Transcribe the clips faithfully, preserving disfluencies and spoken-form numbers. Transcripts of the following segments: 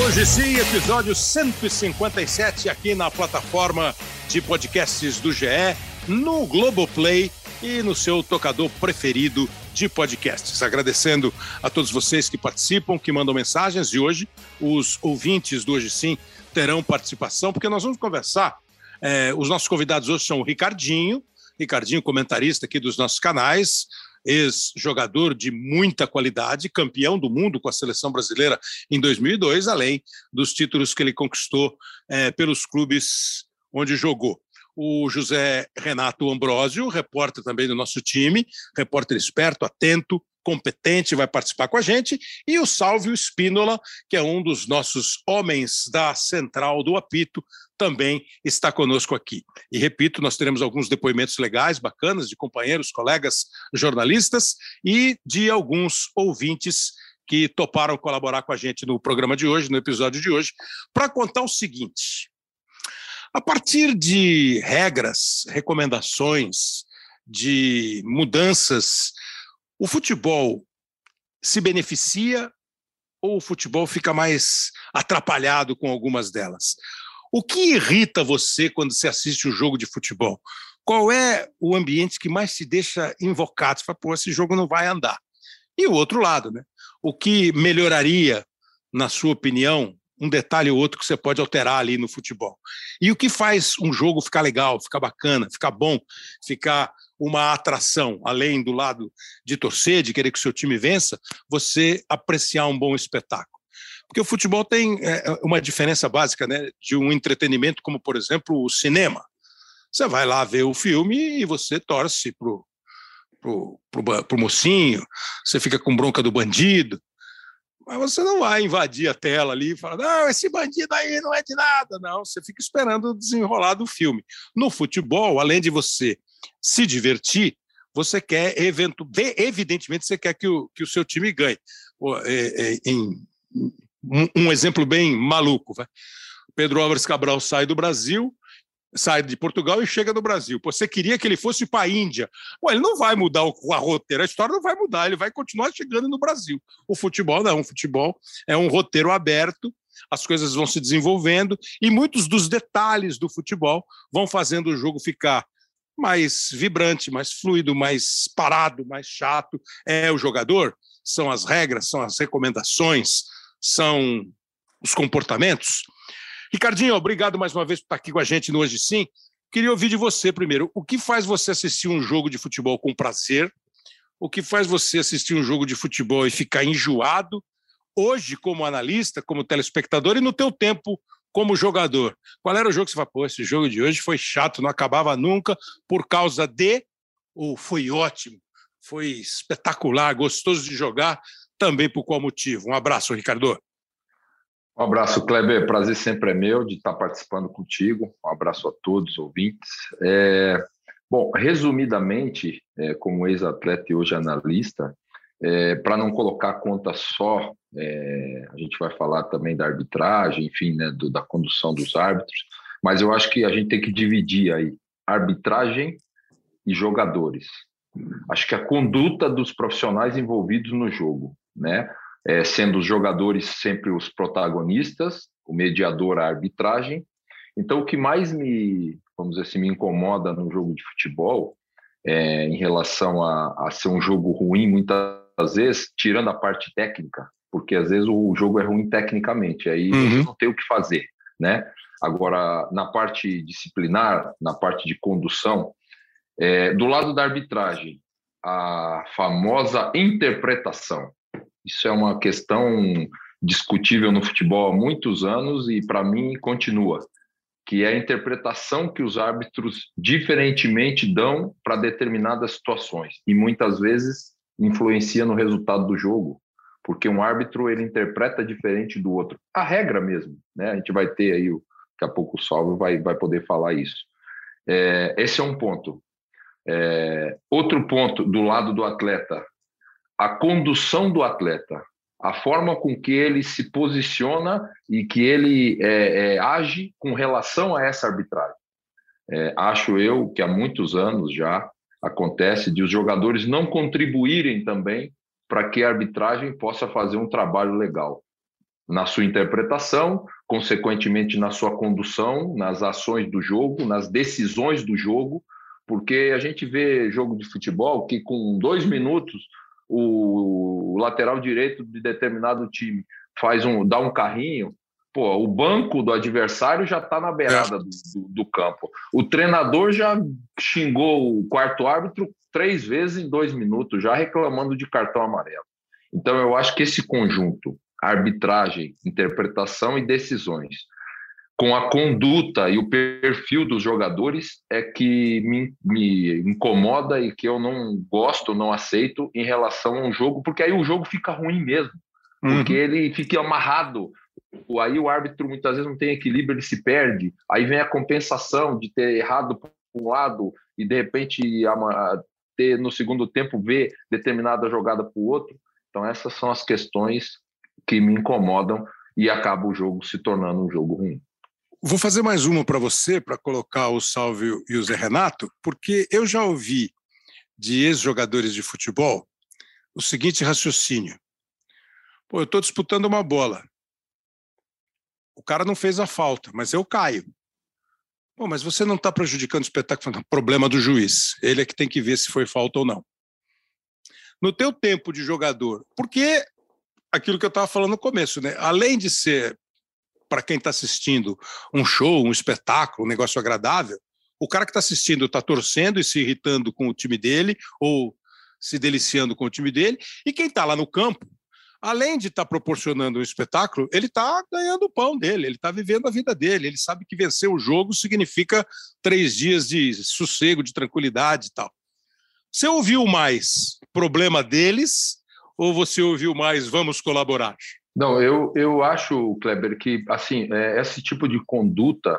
Hoje sim, episódio cento e cinquenta e sete aqui na plataforma de podcasts do G E, no Globoplay e no seu tocador preferido de podcasts. Agradecendo a todos vocês que participam, que mandam mensagens, e hoje os ouvintes do Hoje Sim terão participação, porque nós vamos conversar. É, os nossos convidados hoje são o Ricardinho, Ricardinho, comentarista aqui dos nossos canais, ex-jogador de muita qualidade, campeão do mundo com a seleção brasileira em dois mil e dois, além dos títulos que ele conquistou é, pelos clubes onde jogou. O José Renato Ambrosio, repórter também do nosso time, repórter esperto, atento, competente, vai participar com a gente, e o Sálvio Spínola, que é um dos nossos homens da Central do Apito, também está conosco aqui. E repito, nós teremos alguns depoimentos legais, bacanas, de companheiros, colegas jornalistas e de alguns ouvintes que toparam colaborar com a gente no programa de hoje, no episódio de hoje, para contar o seguinte: a partir de regras, recomendações, de mudanças, o futebol se beneficia ou o futebol fica mais atrapalhado com algumas delas? O que irrita você quando você assiste um jogo de futebol? Qual é o ambiente que mais te deixa invocado? Você fala, pô, esse jogo não vai andar. E o outro lado, né? O que melhoraria, na sua opinião, um detalhe ou outro que você pode alterar ali no futebol? E o que faz um jogo ficar legal, ficar bacana, ficar bom, ficar uma atração, além do lado de torcer, de querer que o seu time vença, você apreciar um bom espetáculo? Porque o futebol tem é, uma diferença básica, né, de um entretenimento como, por exemplo, o cinema. Você vai lá ver o filme e você torce pro, pro, pro, pro mocinho, você fica com bronca do bandido, mas você não vai invadir a tela ali e falar, não, esse bandido aí não é de nada. Não, você fica esperando o desenrolar do filme. No futebol, além de você se divertir, você quer, evidentemente, você quer que o, que o seu time ganhe. É, é, em, um, um exemplo bem maluco, vai. Pedro Álvares Cabral sai do Brasil, sai de Portugal e chega no Brasil. Pô, você queria que ele fosse para a Índia. Pô, ele não vai mudar o, a roteiro, a história não vai mudar, ele vai continuar chegando no Brasil. O futebol não, o futebol é um roteiro aberto, as coisas vão se desenvolvendo e muitos dos detalhes do futebol vão fazendo o jogo ficar mais vibrante, mais fluido, mais parado, mais chato. É o jogador? São as regras, são as recomendações, são os comportamentos? Ricardinho, obrigado mais uma vez por estar aqui com a gente no Hoje Sim. Queria ouvir de você primeiro. O que faz você assistir um jogo de futebol com prazer? O que faz você assistir um jogo de futebol e ficar enjoado? Hoje, como analista, como telespectador, e no teu tempo como jogador. Qual era o jogo que você fala, pô, esse jogo de hoje foi chato, não acabava nunca, por causa de... Ou foi ótimo, foi espetacular, gostoso de jogar, também por qual motivo? Um abraço, Ricardo. Um abraço, Kleber. Prazer sempre é meu de estar participando contigo. Um abraço a todos os ouvintes. É, bom, resumidamente, é, como ex-atleta e hoje analista, é, para não colocar a conta só, é, a gente vai falar também da arbitragem, enfim, né, do, da condução dos árbitros, mas eu acho que a gente tem que dividir aí arbitragem e jogadores. Acho que a conduta dos profissionais envolvidos no jogo, né? É, sendo os jogadores sempre os protagonistas, o mediador, a arbitragem. Então, o que mais me, vamos dizer assim, me incomoda no jogo de futebol, é, em relação a, a ser um jogo ruim, muitas vezes, tirando a parte técnica, porque às vezes o jogo é ruim tecnicamente, aí uhum. você não tem o que fazer, né? Agora, na parte disciplinar, na parte de condução, é, do lado da arbitragem, a famosa interpretação. Isso é uma questão discutível no futebol há muitos anos e, para mim, continua, que é a interpretação que os árbitros diferentemente dão para determinadas situações e, muitas vezes, influencia no resultado do jogo, porque um árbitro ele interpreta diferente do outro. A regra mesmo, né? A gente vai ter aí, daqui a pouco o Salvo vai, vai poder falar isso. É, esse é um ponto. É, outro ponto, do lado do atleta, a condução do atleta, a forma com que ele se posiciona e que ele é, é, age com relação a essa arbitragem. É, acho eu que há muitos anos já acontece de os jogadores não contribuírem também para que a arbitragem possa fazer um trabalho legal. na sua interpretação, consequentemente na sua condução, nas ações do jogo, nas decisões do jogo, porque a gente vê jogo de futebol que com dois minutos o, o lateral direito de determinado time faz um, dá um carrinho, pô, o banco do adversário já está na beirada do, do, do campo. O treinador já xingou o quarto árbitro três vezes em dois minutos, já reclamando de cartão amarelo. Então eu acho que esse conjunto, arbitragem, interpretação e decisões, com a conduta e o perfil dos jogadores, é que me, me incomoda e que eu não gosto, não aceito em relação a um jogo, porque aí o jogo fica ruim mesmo, porque uhum. ele fica amarrado, aí o árbitro muitas vezes não tem equilíbrio, ele se perde, aí vem a compensação de ter errado por um lado e de repente ter no segundo tempo ver determinada jogada para o outro. Então essas são as questões que me incomodam e acaba o jogo se tornando um jogo ruim. Vou fazer mais uma para você, para colocar o Salvio e o Zé Renato, porque eu já ouvi de ex-jogadores de futebol o seguinte raciocínio. Pô, eu estou disputando uma bola. O cara não fez a falta, mas eu caio. Pô, mas você não está prejudicando o espetáculo. Não, problema do juiz. Ele é que tem que ver se foi falta ou não. No teu tempo de jogador, porque aquilo que eu estava falando no começo, né? Além de ser, para quem está assistindo, um show, um espetáculo, um negócio agradável, o cara que está assistindo está torcendo e se irritando com o time dele ou se deliciando com o time dele, e quem está lá no campo, além de estar tá proporcionando um espetáculo, ele está ganhando o pão dele, ele está vivendo a vida dele, ele sabe que vencer o jogo significa três dias de sossego, de tranquilidade e tal. Você ouviu mais problema deles ou você ouviu mais vamos colaborar? Não, eu, eu acho, Kleber, que assim, é, esse tipo de conduta,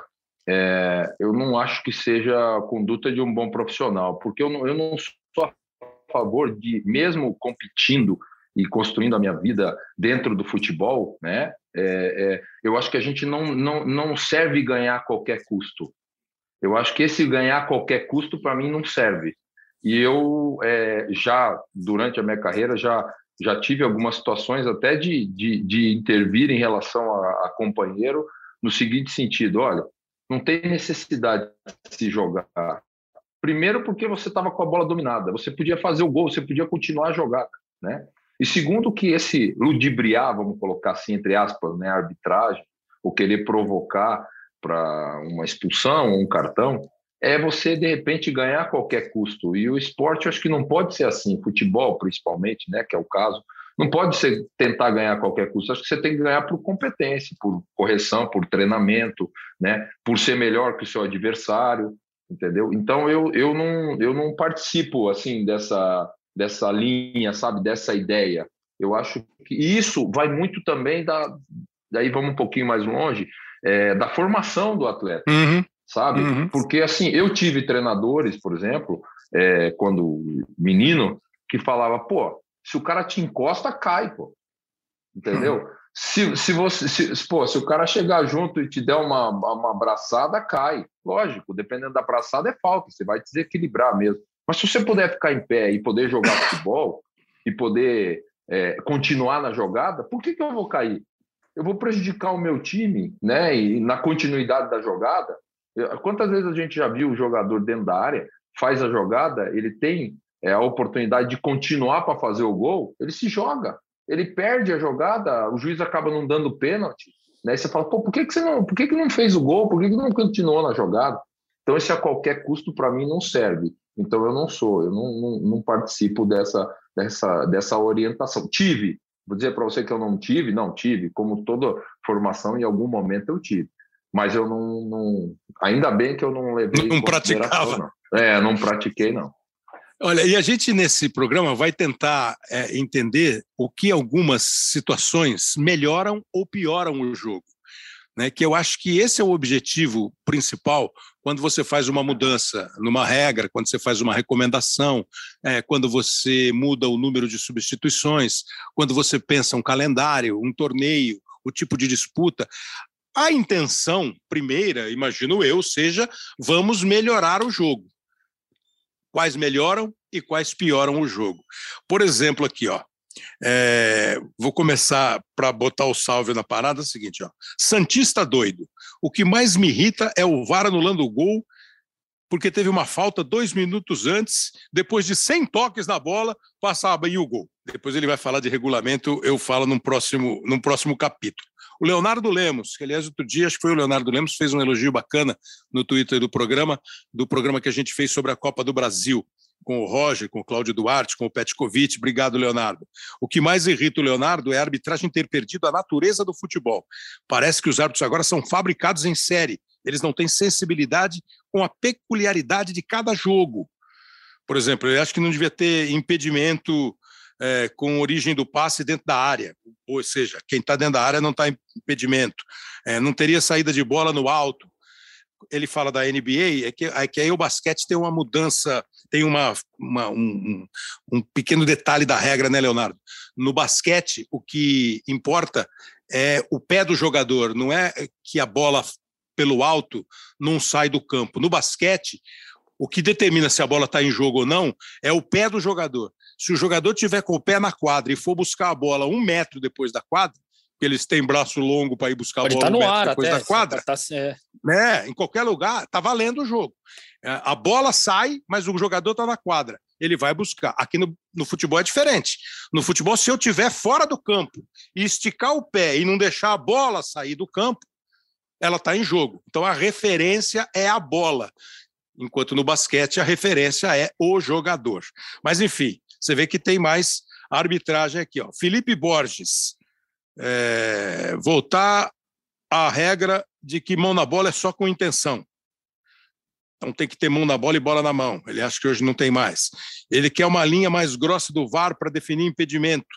é, eu não acho que seja a conduta de um bom profissional, porque eu não, eu não sou a favor de, mesmo competindo e construindo a minha vida dentro do futebol, né? É, é, eu acho que a gente não, não, não serve ganhar a qualquer custo. Eu acho que esse ganhar a qualquer custo, para mim, não serve. E eu, é, já, durante a minha carreira, já, já tive algumas situações até de, de, de intervir em relação a, a companheiro, no seguinte sentido: olha, não tem necessidade de se jogar. Primeiro, porque você estava com a bola dominada, você podia fazer o gol, você podia continuar a jogada, né? E segundo, que esse ludibriar, vamos colocar assim, entre aspas, né, a arbitragem, ou querer provocar para uma expulsão ou um cartão, é você, de repente, ganhar a qualquer custo. E o esporte, eu acho que não pode ser assim, futebol principalmente, né, que é o caso, não pode ser tentar ganhar a qualquer custo. Acho que você tem que ganhar por competência, por correção, por treinamento, né, por ser melhor que o seu adversário, entendeu? Então, eu, eu, não, eu não participo, assim, dessa... dessa linha, sabe, dessa ideia. Eu acho que isso vai muito também da, daí vamos um pouquinho mais longe, é, da formação do atleta, uhum. sabe? Uhum. Porque, assim, eu tive treinadores, por exemplo, é, quando menino, que falava, pô, se o cara te encosta, cai, pô. Entendeu? Uhum. Se, se, você, se, pô, se o cara chegar junto e te der uma, uma abraçada, cai. Lógico, dependendo da abraçada é falta, você vai desequilibrar mesmo. Mas se você puder ficar em pé e poder jogar futebol e poder é, continuar na jogada, por que, que eu vou cair? Eu vou prejudicar o meu time, né? E na continuidade da jogada. Eu, quantas vezes a gente já viu o jogador dentro da área, faz a jogada, ele tem é, a oportunidade de continuar para fazer o gol, ele se joga, ele perde a jogada, o juiz acaba não dando pênalti, né? E você fala, pô, por que, que você não, por que, que não fez o gol? Por que, que não continuou na jogada? Então, esse a qualquer custo, para mim, não serve. Então, eu não sou, eu não, não, não participo dessa, dessa, dessa orientação. Tive, vou dizer para você que eu não tive, não tive, como toda formação, em algum momento eu tive. Mas eu não, não ainda bem que eu não levei... Não praticava. Não. É, não pratiquei, não. Olha, e a gente nesse programa vai tentar é, entender o que algumas situações melhoram ou pioram o jogo. Né, que eu acho que esse é o objetivo principal quando você faz uma mudança numa regra, quando você faz uma recomendação, é, quando você muda o número de substituições, quando você pensa um calendário, um torneio, o tipo de disputa. A intenção primeira, imagino eu, seja vamos melhorar o jogo. Quais melhoram e quais pioram o jogo. Por exemplo, aqui, ó, É, vou começar para botar o salve na parada, é o seguinte, ó. Santista doido. O que mais me irrita é o V A R anulando o gol, porque teve uma falta dois minutos antes, depois de cem toques na bola, passava aí o gol. Depois ele vai falar de regulamento, eu falo num próximo, num próximo capítulo. O Leonardo Lemos, que aliás outro dia, acho que foi o Leonardo Lemos, fez um elogio bacana no Twitter do programa, do programa que a gente fez sobre a Copa do Brasil, com o Roger, com o Cláudio Duarte, com o Petkovic. Obrigado, Leonardo. O que mais irrita o Leonardo é a arbitragem ter perdido a natureza do futebol. Parece que os árbitros agora são fabricados em série. Eles não têm sensibilidade com a peculiaridade de cada jogo. Por exemplo, eu acho que não devia ter impedimento é, com origem do passe dentro da área. Ou seja, quem está dentro da área não está em impedimento. É, não teria saída de bola no alto. Ele fala da N B A, é que, é que aí o basquete tem uma mudança, tem uma, uma, um, um pequeno detalhe da regra, né, Leonardo? No basquete, o que importa é o pé do jogador, não é que a bola pelo alto não sai do campo. No basquete, o que determina se a bola está em jogo ou não é o pé do jogador. Se o jogador tiver com o pé na quadra e for buscar a bola um metro depois da quadra, porque eles têm braço longo para ir buscar Pode a bola tá no um metro ar depois até, da quadra, tá, é. né? Em qualquer lugar, está valendo o jogo. A bola sai, mas o jogador está na quadra. Ele vai buscar. Aqui no, no futebol é diferente. No futebol, se eu estiver fora do campo e esticar o pé e não deixar a bola sair do campo, ela está em jogo. Então, a referência é a bola. Enquanto no basquete, a referência é o jogador. Mas, enfim, você vê que tem mais arbitragem aqui. Ó. Felipe Borges. É, voltar à regra de que mão na bola é só com intenção. Então tem que ter mão na bola e bola na mão. Ele acha que hoje não tem mais. Ele quer uma linha mais grossa do V A R para definir impedimento.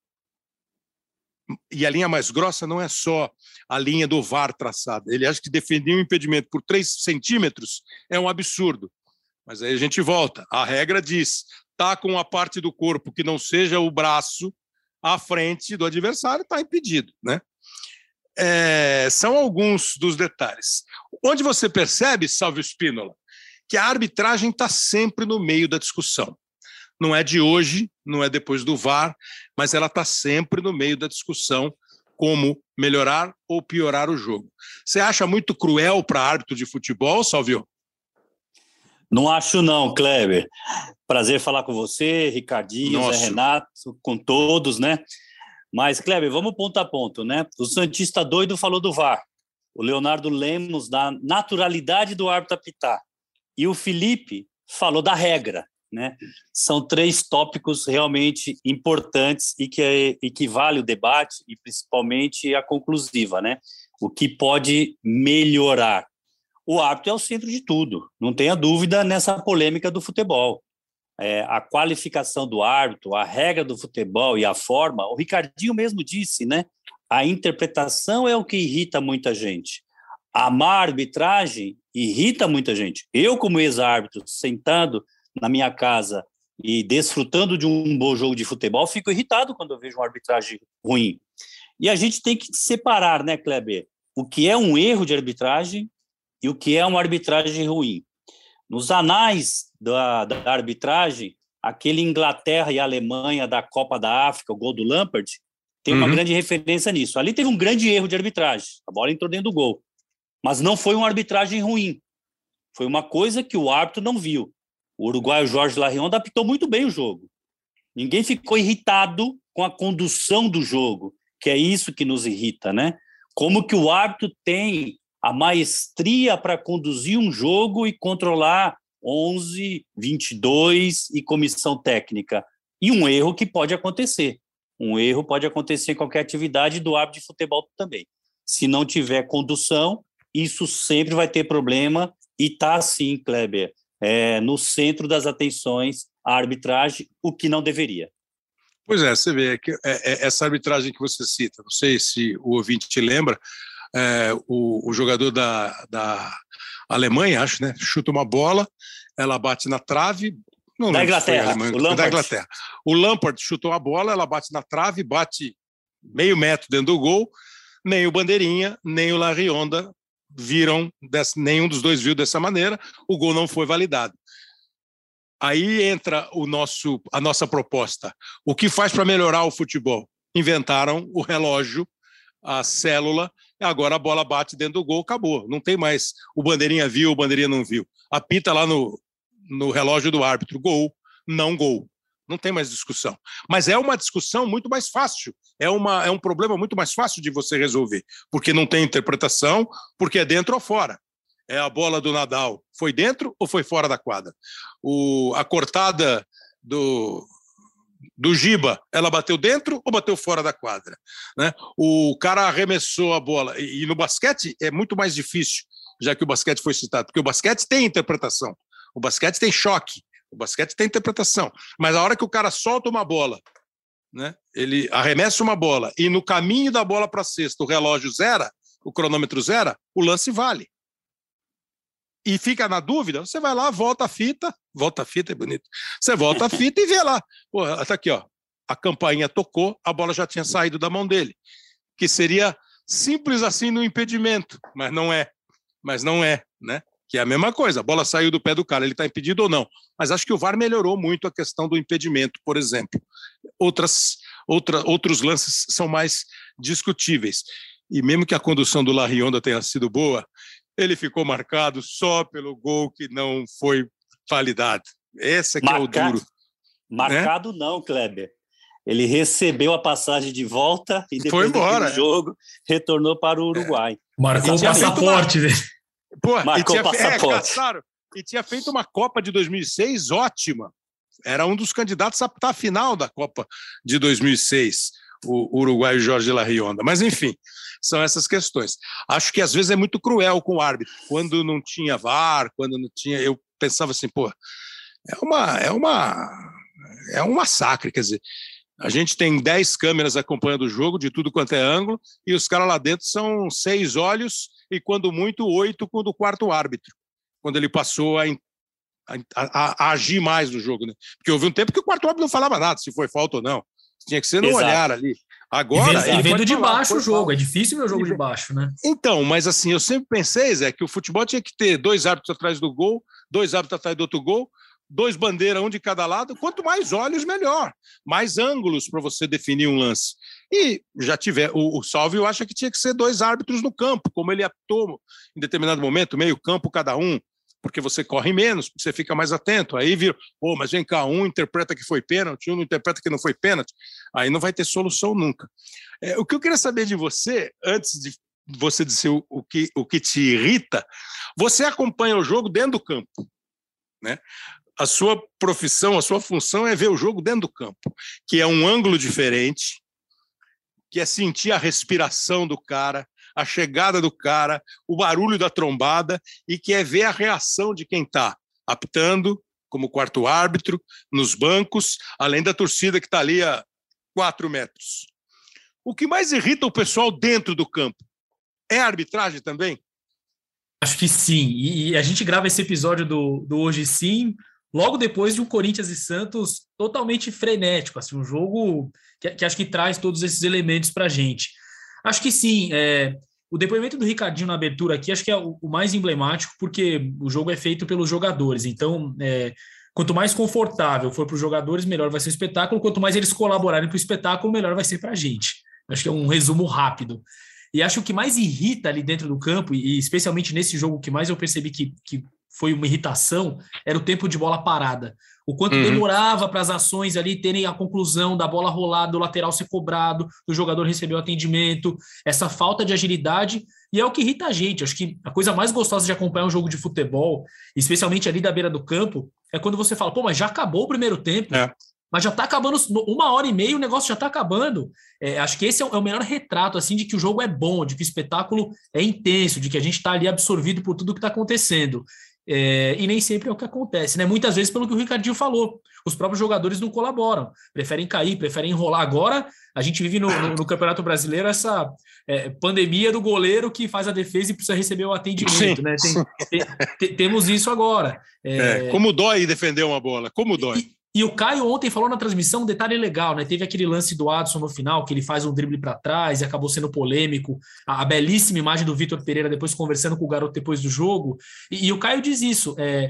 E a linha mais grossa não é só a linha do V A R traçada. Ele acha que definir um impedimento por três centímetros é um absurdo. Mas aí a gente volta. A regra diz, tá com a parte do corpo que não seja o braço à frente do adversário, está impedido, né? É, são alguns dos detalhes. Onde você percebe, Salvio Spínola, que a arbitragem está sempre no meio da discussão. Não é de hoje, não é depois do V A R, mas ela está sempre no meio da discussão como melhorar ou piorar o jogo. Você acha muito cruel para árbitro de futebol, Salvio? Não acho não, Kleber. Prazer falar com você, Ricardinho, Nossa. Zé Renato, com todos, né? Mas, Kleber, vamos ponto a ponto, né? O Santista doido falou do V A R. O Leonardo Lemos da naturalidade do árbitro apitar. E o Felipe falou da regra, né? São três tópicos realmente importantes e que, e que vale o debate e principalmente a conclusiva, né? O que pode melhorar. O árbitro é o centro de tudo, não tenha dúvida nessa polêmica do futebol. É, a qualificação do árbitro, a regra do futebol e a forma, o Ricardinho mesmo disse, né? A interpretação é o que irrita muita gente. A má arbitragem irrita muita gente. Eu, como ex-árbitro, sentando na minha casa e desfrutando de um bom jogo de futebol, fico irritado quando eu vejo uma arbitragem ruim. E a gente tem que separar, né, Kleber, o que é um erro de arbitragem e o que é uma arbitragem ruim. Nos anais da, da arbitragem, aquele Inglaterra e Alemanha da Copa da África, o gol do Lampard, tem uma uhum. grande referência nisso. Ali teve um grande erro de arbitragem. A bola entrou dentro do gol. Mas não foi uma arbitragem ruim. Foi uma coisa que o árbitro não viu. O uruguaio Jorge Larrion apitou muito bem o jogo. Ninguém ficou irritado com a condução do jogo, que é isso que nos irrita, né? Como que o árbitro tem a maestria para conduzir um jogo e controlar onze, vinte e dois e comissão técnica. E um erro que pode acontecer. Um erro pode acontecer em qualquer atividade do árbitro de futebol também. Se não tiver condução, isso sempre vai ter problema e está, assim, Kleber, é, no centro das atenções a arbitragem, o que não deveria. Pois é, você vê que é, é, essa arbitragem que você cita, não sei se o ouvinte te lembra, É, o, o jogador da, da Alemanha, acho, né? Chuta uma bola, ela bate na trave. Não da Inglaterra. Alemanha, o da Inglaterra. O Lampard chutou a bola, ela bate na trave, bate meio metro dentro do gol. Nem o Bandeirinha, nem o Larrionda viram, desse, nenhum dos dois viu dessa maneira. O gol não foi validado. Aí entra o nosso, a nossa proposta. O que faz para melhorar o futebol? Inventaram o relógio, a célula, e agora a bola bate dentro do gol, acabou. Não tem mais o bandeirinha viu, o bandeirinha não viu. Apita lá no, no relógio do árbitro, gol, não gol. Não tem mais discussão. Mas é uma discussão muito mais fácil. É, uma, é um problema muito mais fácil de você resolver, porque não tem interpretação, porque é dentro ou fora. É a bola do Nadal. Foi dentro ou foi fora da quadra? O, a cortada do, do Giba, ela bateu dentro ou bateu fora da quadra? Né? O cara arremessou a bola. E, e no basquete é muito mais difícil, já que o basquete foi citado, porque o basquete tem interpretação. O basquete tem choque. O basquete tem interpretação. Mas a hora que o cara solta uma bola, né, ele arremessa uma bola e no caminho da bola para a cesta o relógio zera, o cronômetro zera, o lance vale. E fica na dúvida, você vai lá, volta a fita, volta a fita, é bonito. Você volta a fita e vê lá. Pô, tá aqui, ó. A campainha tocou, a bola já tinha saído da mão dele. Que seria simples assim no impedimento, mas não é. Mas não é, né? Que é a mesma coisa, a bola saiu do pé do cara, ele está impedido ou não. Mas acho que o V A R melhorou muito a questão do impedimento, por exemplo. Outras, outra, outros lances são mais discutíveis. E mesmo que a condução do Larionda tenha sido boa, ele ficou marcado só pelo gol que não foi validado. Esse é que Marca... é o duro. Marcado né? Não, Kleber. Ele recebeu a passagem de volta e depois foi embora, do jogo é. retornou para o Uruguai. É. Marcou o passaporte dele. Pô, Marcou e tinha, o passaporte. É, claro, e tinha feito uma Copa de dois mil e seis ótima. Era um dos candidatos a estar à final da Copa de dois mil e seis, o uruguaio Jorge Larionda. Mas, enfim, são essas questões. Acho que às vezes é muito cruel com o árbitro. Quando não tinha V A R, quando não tinha... Eu pensava assim, pô, é uma... É uma é um massacre, quer dizer... A gente tem dez câmeras acompanhando o jogo, de tudo quanto é ângulo, e os caras lá dentro são seis olhos e, quando muito, oito com o do quarto árbitro, quando ele passou a, a, a, a agir mais no jogo. Né? Porque houve um tempo que o quarto árbitro não falava nada, se foi falta ou não. Tinha que ser no Exato. olhar ali. Agora, ele vendo de falar, baixo o jogo, falar. É difícil ver o jogo de baixo, né? Então, mas assim, eu sempre pensei, Zé, que o futebol tinha que ter dois árbitros atrás do gol, dois árbitros atrás do outro gol, dois bandeiras, um de cada lado, quanto mais olhos, melhor. Mais ângulos para você definir um lance. E já tiver, o, o Salvio acha que tinha que ser dois árbitros no campo, como ele apitou em determinado momento, meio campo cada um, porque você corre menos, porque você fica mais atento. Aí vira, pô, mas vem cá, um interpreta que foi pênalti, um não interpreta que não foi pênalti. Aí não vai ter solução nunca. É, o que eu queria saber de você, antes de você dizer o, o, que, o que te irrita, você acompanha o jogo dentro do campo, né? A sua profissão, a sua função é ver o jogo dentro do campo, que é um ângulo diferente, que é sentir a respiração do cara, a chegada do cara, o barulho da trombada, e que é ver a reação de quem está apitando, como quarto árbitro, nos bancos, além da torcida que está ali a quatro metros. O que mais irrita o pessoal dentro do campo é a arbitragem também? Acho que sim, e a gente grava esse episódio do, do Hoje Sim, logo depois de um Corinthians e Santos totalmente frenético, assim, um jogo que, que acho que traz todos esses elementos para a gente. Acho que sim, é, o depoimento do Ricardinho na abertura aqui acho que é o, o mais emblemático, porque o jogo é feito pelos jogadores, então é, quanto mais confortável for para os jogadores, melhor vai ser o espetáculo, quanto mais eles colaborarem para o espetáculo, melhor vai ser para a gente. Acho que é um resumo rápido. E acho que o que mais irrita ali dentro do campo, e especialmente nesse jogo, que mais eu percebi que, que foi uma irritação, era o tempo de bola parada. O quanto uhum. demorava para as ações ali terem a conclusão da bola rolada, do lateral ser cobrado, do jogador receber o atendimento, essa falta de agilidade, e é o que irrita a gente. Acho que a coisa mais gostosa de acompanhar um jogo de futebol, especialmente ali da beira do campo, é quando você fala, pô, mas já acabou o primeiro tempo, é. Mas já está acabando, uma hora e meia o negócio já está acabando. É, acho que esse é o, é o melhor retrato assim, de que o jogo é bom, de que o espetáculo é intenso, de que a gente está ali absorvido por tudo que está acontecendo. É, e nem sempre é o que acontece, né? Muitas vezes, pelo que o Ricardinho falou, os próprios jogadores não colaboram, preferem cair, preferem enrolar. Agora, a gente vive no, no, no Campeonato Brasileiro essa é, pandemia do goleiro que faz a defesa e precisa receber o atendimento, sim, né? Tem, tem, tem, temos isso agora. É, é, como dói defender uma bola, como dói. E, E o Caio ontem falou na transmissão um detalhe legal, né? Teve aquele lance do Adson no final, que ele faz um drible para trás e acabou sendo polêmico. A, a belíssima imagem do Vitor Pereira depois conversando com o garoto depois do jogo. E, e o Caio diz isso, é,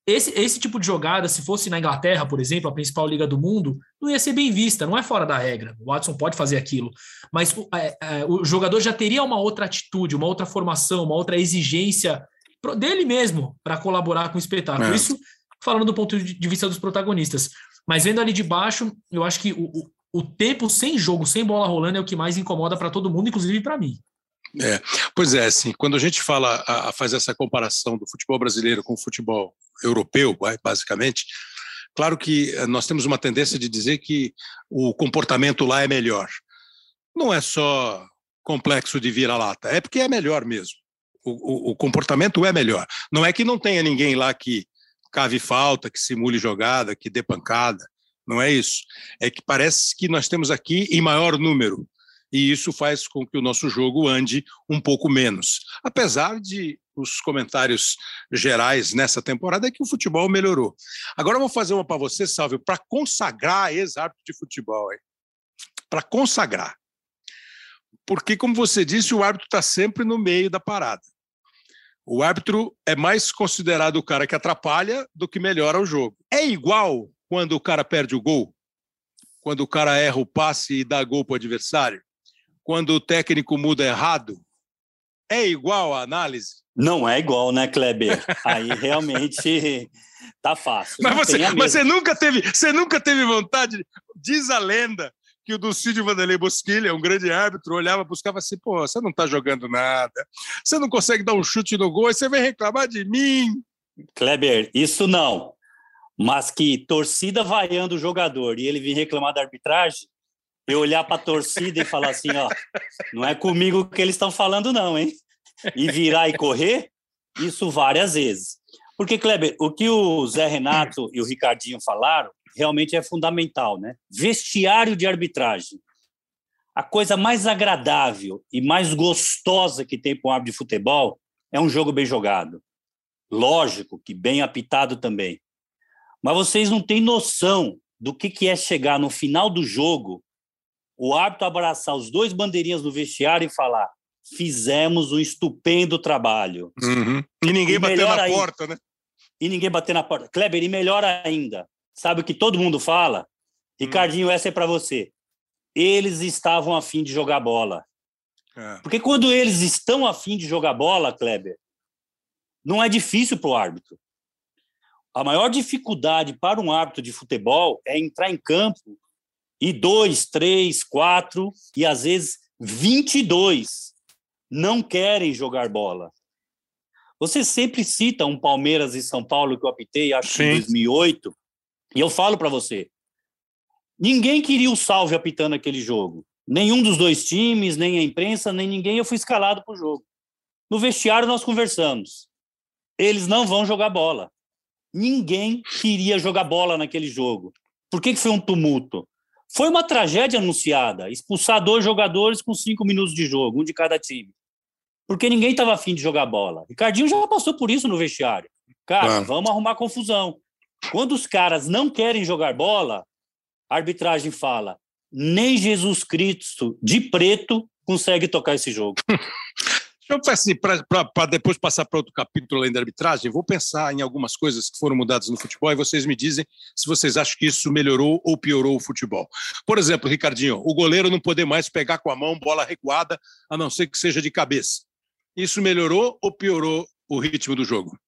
esse, esse tipo de jogada, se fosse na Inglaterra, por exemplo, a principal liga do mundo, não ia ser bem vista, não é fora da regra. O Watson pode fazer aquilo, mas o, é, é, o jogador já teria uma outra atitude, uma outra formação, uma outra exigência dele mesmo para colaborar com o espetáculo. É. Isso falando do ponto de vista dos protagonistas. Mas vendo ali de baixo, eu acho que o, o, o tempo sem jogo, sem bola rolando, é o que mais incomoda para todo mundo, inclusive para mim. É, pois é, assim, quando a gente fala, a, a faz essa comparação do futebol brasileiro com o futebol europeu, basicamente, claro que nós temos uma tendência de dizer que o comportamento lá é melhor. Não é só complexo de vira-lata, é porque é melhor mesmo. O, o, o comportamento é melhor. Não é que não tenha ninguém lá que cave falta, que simule jogada, que dê pancada, não é isso. É que parece que nós temos aqui em maior número, e isso faz com que o nosso jogo ande um pouco menos. Apesar de os comentários gerais nessa temporada é que o futebol melhorou. Agora eu vou fazer uma para você, Salvio, para consagrar ex-árbitro de futebol. Para consagrar. Porque, como você disse, o árbitro está sempre no meio da parada. O árbitro é mais considerado o cara que atrapalha do que melhora o jogo. É igual quando o cara perde o gol, quando o cara erra o passe e dá gol para o adversário, quando o técnico muda errado. É igual a análise? Não é igual, né, Kleber? Aí realmente tá fácil. Mas, você, mas você, nunca teve, você nunca teve vontade, diz a lenda, que o Dulcídio Vanderlei Bosquilha, um grande árbitro, olhava, buscava assim, pô, você não tá jogando nada, você não consegue dar um chute no gol, aí você vem reclamar de mim. Kleber, isso não. Mas que torcida vaiando o jogador e ele vir reclamar da arbitragem, eu olhar para a torcida e falar assim, ó, não é comigo que eles estão falando não, hein? E virar e correr, isso várias vezes. Porque, Kleber, o que o Zé Renato e o Ricardinho falaram realmente é fundamental, né? Vestiário de arbitragem. A coisa mais agradável e mais gostosa que tem para um árbitro de futebol é um jogo bem jogado. Lógico que bem apitado também. Mas vocês não têm noção do que, que é chegar no final do jogo, o árbitro abraçar os dois bandeirinhas no vestiário e falar: fizemos um estupendo trabalho. Uhum. E ninguém e bater na ainda, porta, né? E ninguém bater na porta. Kleber, e melhor ainda, sabe o que todo mundo fala? Hum. Ricardinho, essa é para você. Eles estavam a fim de jogar bola. É. Porque quando eles estão a fim de jogar bola, Kleber, não é difícil para o árbitro. A maior dificuldade para um árbitro de futebol é entrar em campo e dois, três, quatro e às vezes vinte e dois não querem jogar bola. Você sempre cita um Palmeiras e São Paulo que eu apitei, acho que em dois mil e oito, e eu falo para você, ninguém queria o Salve apitando aquele jogo. Nenhum dos dois times, nem a imprensa, nem ninguém. Eu fui escalado para o jogo. No vestiário nós conversamos. Eles não vão jogar bola. Ninguém queria jogar bola naquele jogo. Por que que foi um tumulto? Foi uma tragédia anunciada. Expulsar dois jogadores com cinco minutos de jogo, um de cada time. Porque ninguém estava afim de jogar bola. Ricardinho já passou por isso no vestiário. Cara, ah. vamos arrumar confusão. Quando os caras não querem jogar bola, a arbitragem fala: nem Jesus Cristo de preto consegue tocar esse jogo. Eu assim, para depois passar para outro capítulo além da arbitragem, vou pensar em algumas coisas que foram mudadas no futebol e vocês me dizem se vocês acham que isso melhorou ou piorou o futebol. Por exemplo, Ricardinho, o goleiro não poder mais pegar com a mão bola recuada, a não ser que seja de cabeça. Isso melhorou ou piorou o ritmo do jogo?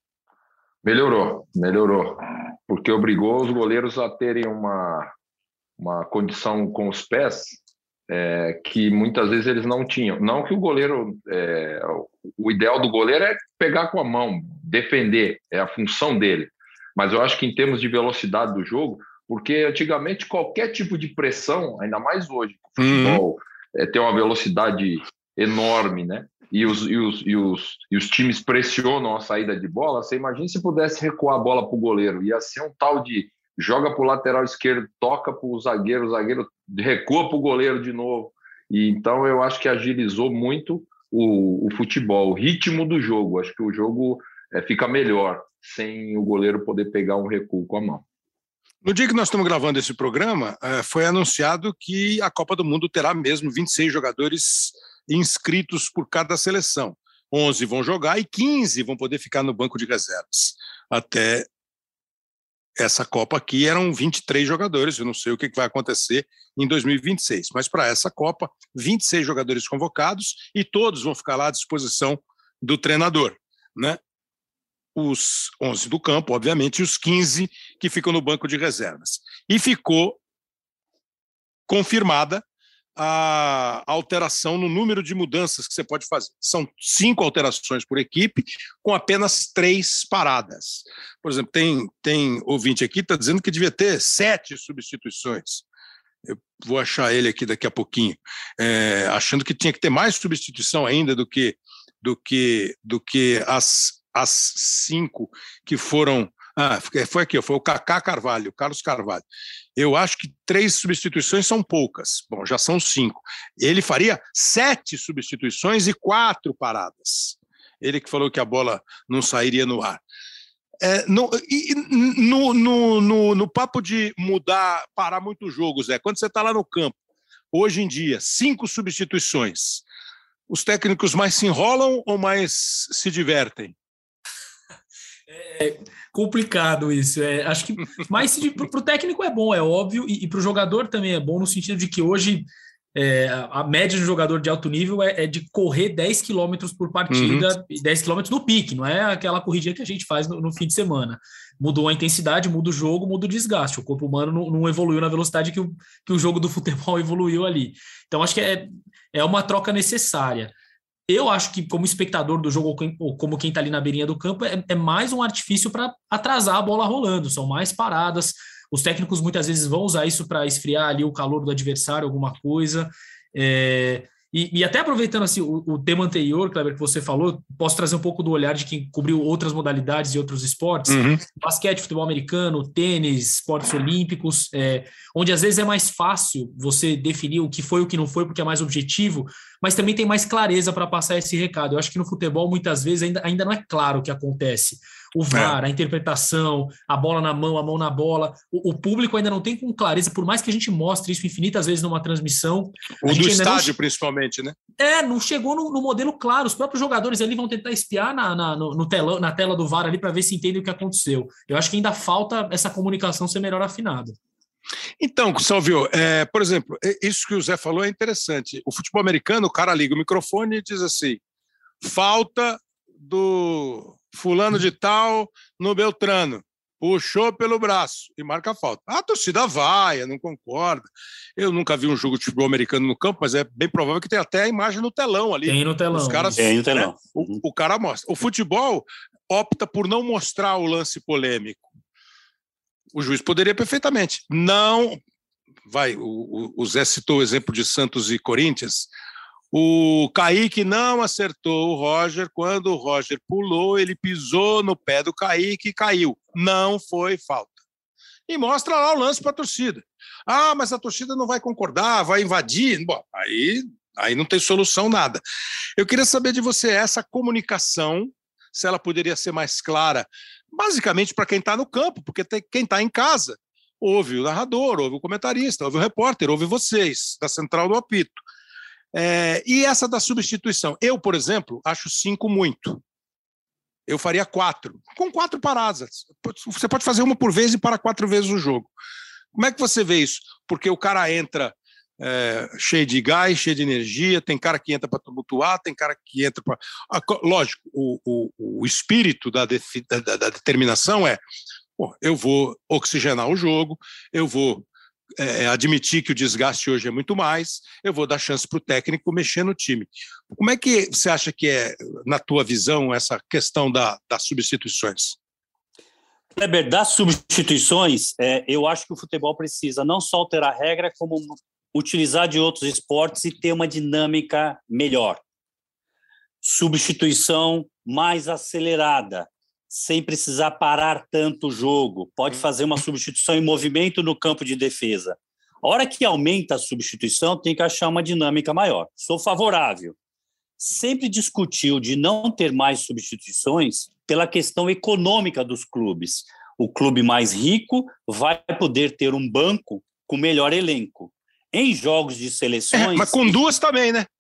Melhorou, melhorou. Porque obrigou os goleiros a terem uma, uma condição com os pés É, que muitas vezes eles não tinham. Não que o goleiro... É, o ideal do goleiro é pegar com a mão, defender, é a função dele. Mas eu acho que em termos de velocidade do jogo, porque antigamente qualquer tipo de pressão, ainda mais hoje, o futebol uhum. é, tem uma velocidade enorme, né? E os, e, os, e, os, e os times pressionam a saída de bola. Você imagina se pudesse recuar a bola para o goleiro. Ia ser um tal de... joga para o lateral esquerdo, toca para o zagueiro, o zagueiro recua para o goleiro de novo. E, então, eu acho que agilizou muito o, o futebol, o ritmo do jogo. Acho que o jogo é, fica melhor sem o goleiro poder pegar um recuo com a mão. No dia que nós estamos gravando esse programa, foi anunciado que a Copa do Mundo terá mesmo vinte e seis jogadores inscritos por cada seleção. onze vão jogar e quinze vão poder ficar no banco de reservas até essa Copa aqui eram vinte e três jogadores, eu não sei o que vai acontecer em dois mil e vinte e seis, mas para essa Copa, vinte e seis jogadores convocados e todos vão ficar lá à disposição do treinador, né? Os onze do campo, obviamente, e os quinze que ficam no banco de reservas. E ficou confirmada a alteração no número de mudanças que você pode fazer. São cinco alterações por equipe, com apenas três paradas. Por exemplo, tem, tem ouvinte aqui que está dizendo que devia ter sete substituições. Eu vou achar ele aqui daqui a pouquinho, é, achando que tinha que ter mais substituição ainda do que, do que, do que as, as cinco que foram... Ah, foi aqui, foi o Kaká Carvalho, o Carlos Carvalho. Eu acho que três substituições são poucas. Bom, já são cinco. Ele faria sete substituições e quatro paradas. Ele que falou que a bola não sairia no ar. É, no, e, no, no, no, no papo de mudar, parar muito o jogo, Zé, quando você está lá no campo, hoje em dia, cinco substituições, os técnicos mais se enrolam ou mais se divertem? É complicado isso. É, acho que mais para o técnico é bom, é óbvio, e, e para o jogador também é bom, no sentido de que hoje é, a média de um jogador de alto nível é, é de correr dez quilômetros por partida, uhum. e dez quilômetros no pique, não é aquela corridinha que a gente faz no, no fim de semana. Mudou a intensidade, muda o jogo, muda o desgaste. O corpo humano não, não evoluiu na velocidade que o, que o jogo do futebol evoluiu ali. Então, acho que é, é uma troca necessária. Eu acho que, como espectador do jogo, ou como quem está ali na beirinha do campo, é, é mais um artifício para atrasar a bola rolando. São mais paradas. Os técnicos muitas vezes vão usar isso para esfriar ali o calor do adversário, alguma coisa. É, e, e até aproveitando assim, o, o tema anterior, Kleber, que você falou, posso trazer um pouco do olhar de quem cobriu outras modalidades e outros esportes. Uhum. Basquete, futebol americano, tênis, esportes olímpicos, é, onde às vezes é mais fácil você definir o que foi e o que não foi, porque é mais objetivo, mas também tem mais clareza para passar esse recado. Eu acho que no futebol, muitas vezes, ainda, ainda não é claro o que acontece. O V A R, é. a interpretação, a bola na mão, a mão na bola. O, o público ainda não tem com clareza, por mais que a gente mostre isso infinitas vezes numa transmissão. O do estádio, não... principalmente, né? É, não chegou no, no modelo claro. Os próprios jogadores ali vão tentar espiar na, na, no, no telão, na tela do V A R ali para ver se entendem o que aconteceu. Eu acho que ainda falta essa comunicação ser melhor afinada. Então, Salvio, é, por exemplo, isso que o Zé falou é interessante. O futebol americano, o cara liga o microfone e diz assim, falta do fulano de tal no Beltrano, puxou pelo braço e marca a falta. A torcida vai, não concorda. Eu nunca vi um jogo de futebol americano no campo, mas é bem provável que tenha até a imagem no telão ali. Tem no telão. Os caras, Tem no telão. Né, o, o cara mostra. O futebol opta por não mostrar o lance polêmico. O juiz poderia perfeitamente. Não. Vai, o, o Zé citou o exemplo de Santos e Corinthians. O Kaique não acertou o Roger. Quando o Roger pulou, ele pisou no pé do Kaique e caiu. Não foi falta. E mostra lá o lance para a torcida. Ah, mas a torcida não vai concordar, vai invadir. Bom, aí, aí não tem solução nada. Eu queria saber de você essa comunicação, se ela poderia ser mais clara, basicamente para quem está no campo, porque tem, quem está em casa ouve o narrador, ouve o comentarista, ouve o repórter, ouve vocês, da central do apito. É, e essa da substituição. Eu, por exemplo, acho cinco muito. Eu faria quatro, com quatro paradas. Você pode fazer uma por vez e parar quatro vezes o jogo. Como é que você vê isso? Porque o cara entra é, cheio de gás, cheio de energia, tem cara que entra para tumultuar, tem cara que entra para... Lógico, o, o, o espírito da, defi... da, da, da determinação é, pô, eu vou oxigenar o jogo, eu vou é, admitir que o desgaste hoje é muito mais, eu vou dar chance para o técnico mexer no time. Como é que você acha que é, na tua visão, essa questão da, das substituições? Kleber, das substituições, é, eu acho que o futebol precisa não só alterar a regra, como utilizar de outros esportes e ter uma dinâmica melhor. Substituição mais acelerada, sem precisar parar tanto o jogo. Pode fazer uma substituição em movimento no campo de defesa. A hora que aumenta a substituição, tem que achar uma dinâmica maior. Sou favorável. Sempre discutiu de não ter mais substituições pela questão econômica dos clubes. O clube mais rico vai poder ter um banco com melhor elenco. Em jogos de seleções... É, mas com duas também, né?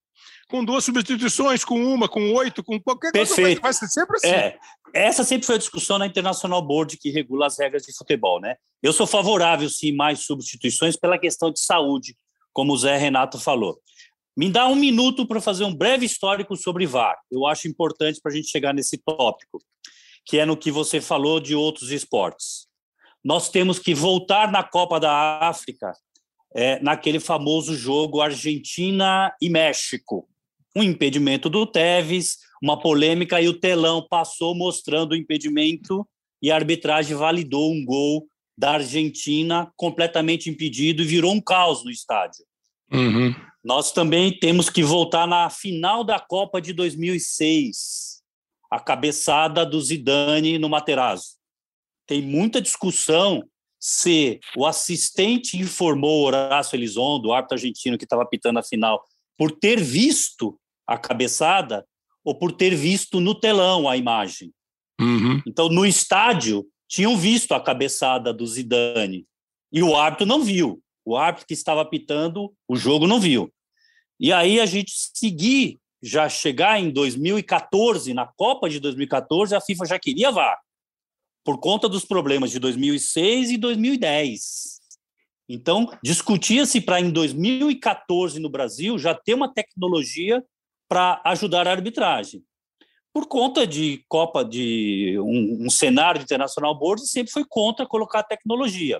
com duas substituições, com uma, com oito, com qualquer Perfeito. coisa, vai ser sempre assim. É, essa sempre foi a discussão na International Board que regula as regras de futebol, né? Eu sou favorável, sim, mais substituições pela questão de saúde, como o Zé Renato falou. Me dá um minuto para fazer um breve histórico sobre V A R. Eu acho importante para a gente chegar nesse tópico, que é no que você falou de outros esportes. Nós temos que voltar na Copa da África, é, naquele famoso jogo Argentina e México. Um impedimento do Tevez, uma polêmica, e o telão passou mostrando o impedimento e a arbitragem validou um gol da Argentina completamente impedido e virou um caos no estádio. Uhum. Nós também temos que voltar na final da Copa de dois mil e seis, a cabeçada do Zidane no Materazzo. Tem muita discussão se o assistente informou o Horácio Elizondo, o árbitro argentino que estava apitando a final, por ter visto a cabeçada ou por ter visto no telão a imagem. Uhum. Então, no estádio, tinham visto a cabeçada do Zidane e o árbitro não viu. O árbitro que estava apitando o jogo não viu. E aí a gente seguir, já chegar em dois mil e quatorze, na Copa de dois mil e quatorze, a FIFA já queria V A R, por conta dos problemas de dois mil e seis e dois mil e dez. Então, discutia-se para em dois mil e quatorze no Brasil já ter uma tecnologia para ajudar a arbitragem. Por conta de Copa, de um, um cenário de International Board, sempre foi contra colocar a tecnologia.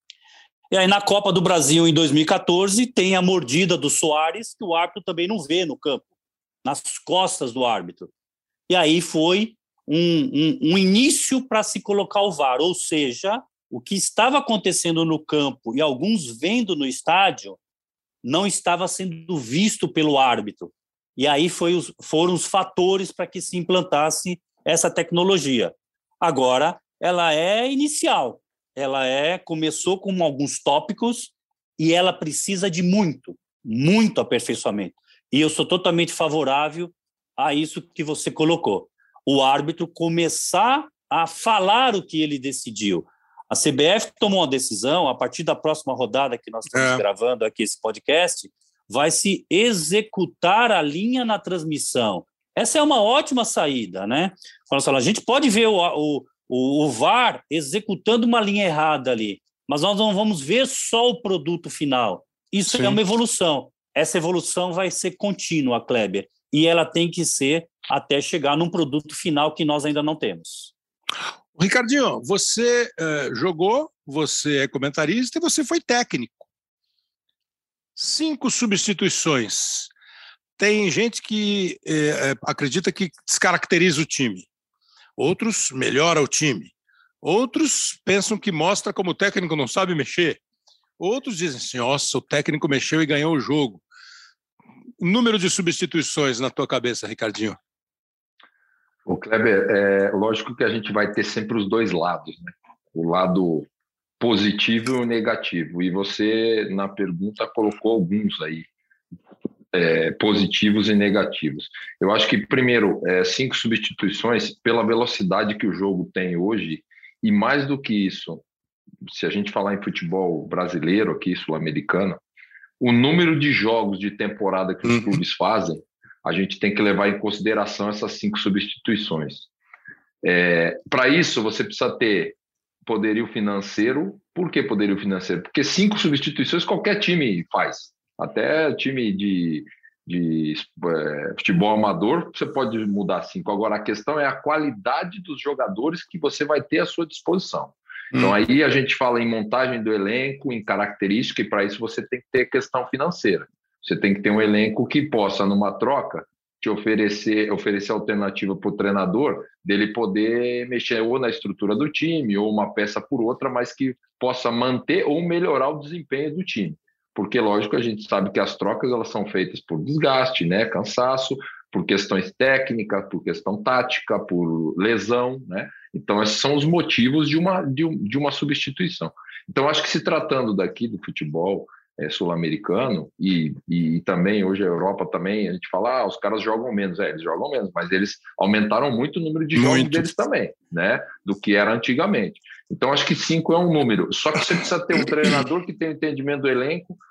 E aí, na Copa do Brasil, em dois mil e quatorze, tem a mordida do Soares, que o árbitro também não vê no campo, nas costas do árbitro. E aí foi um, um, um início para se colocar o V A R, ou seja, o que estava acontecendo no campo e alguns vendo no estádio não estava sendo visto pelo árbitro. E aí foi os, foram os fatores para que se implantasse essa tecnologia. Agora, ela é inicial. Ela é, começou com alguns tópicos e ela precisa de muito, muito aperfeiçoamento. E eu sou totalmente favorável a isso que você colocou. O árbitro começar a falar o que ele decidiu. A C B F tomou uma decisão, a partir da próxima rodada que nós estamos é. gravando aqui esse podcast, vai se executar a linha na transmissão. Essa é uma ótima saída, né? A gente pode ver o, o O V A R executando uma linha errada ali, mas nós não vamos ver só o produto final. Isso Sim. é uma evolução. Essa evolução vai ser contínua, Kleber, e ela tem que ser até chegar num produto final que nós ainda não temos. Ricardinho, você uh, jogou, você é comentarista e você foi técnico. Cinco substituições. Tem gente que eh, acredita que descaracteriza o time. Outros melhora o time. Outros pensam que mostra como o técnico não sabe mexer. Outros dizem assim, nossa, o técnico mexeu e ganhou o jogo. Número de substituições na tua cabeça, Ricardinho? O Kleber, é lógico que a gente vai ter sempre os dois lados, né? O lado positivo e o negativo. E você, na pergunta, colocou alguns aí. É, positivos e negativos. Eu acho que, primeiro, é, cinco substituições pela velocidade que o jogo tem hoje, e mais do que isso, se a gente falar em futebol brasileiro aqui, sul-americano, o número de jogos de temporada que os uhum. clubes fazem, a gente tem que levar em consideração essas cinco substituições. É, para isso, você precisa ter poderio financeiro. Por que poderio financeiro? Porque cinco substituições qualquer time faz. Até time de, de é, futebol amador, você pode mudar cinco. Agora, a questão é a qualidade dos jogadores que você vai ter à sua disposição. Então, hum. aí a gente fala em montagem do elenco, em característica, e para isso você tem que ter questão financeira. Você tem que ter um elenco que possa, numa troca, te oferecer, oferecer alternativa para o treinador, dele poder mexer ou na estrutura do time, ou uma peça por outra, mas que possa manter ou melhorar o desempenho do time. Porque, lógico, a gente sabe que as trocas elas são feitas por desgaste, né? Cansaço, por questões técnicas, por questão tática, por lesão, né? Então, esses são os motivos de uma, de, de uma substituição. Então, acho que se tratando daqui do futebol é, sul-americano, e, e, e também hoje a Europa também, a gente fala, ah, os caras jogam menos. É, eles jogam menos, mas eles aumentaram muito o número de jogos muito. deles também, né? Do que era antigamente. Então, acho que cinco é um número. Só que você precisa ter um treinador que tem o entendimento do elenco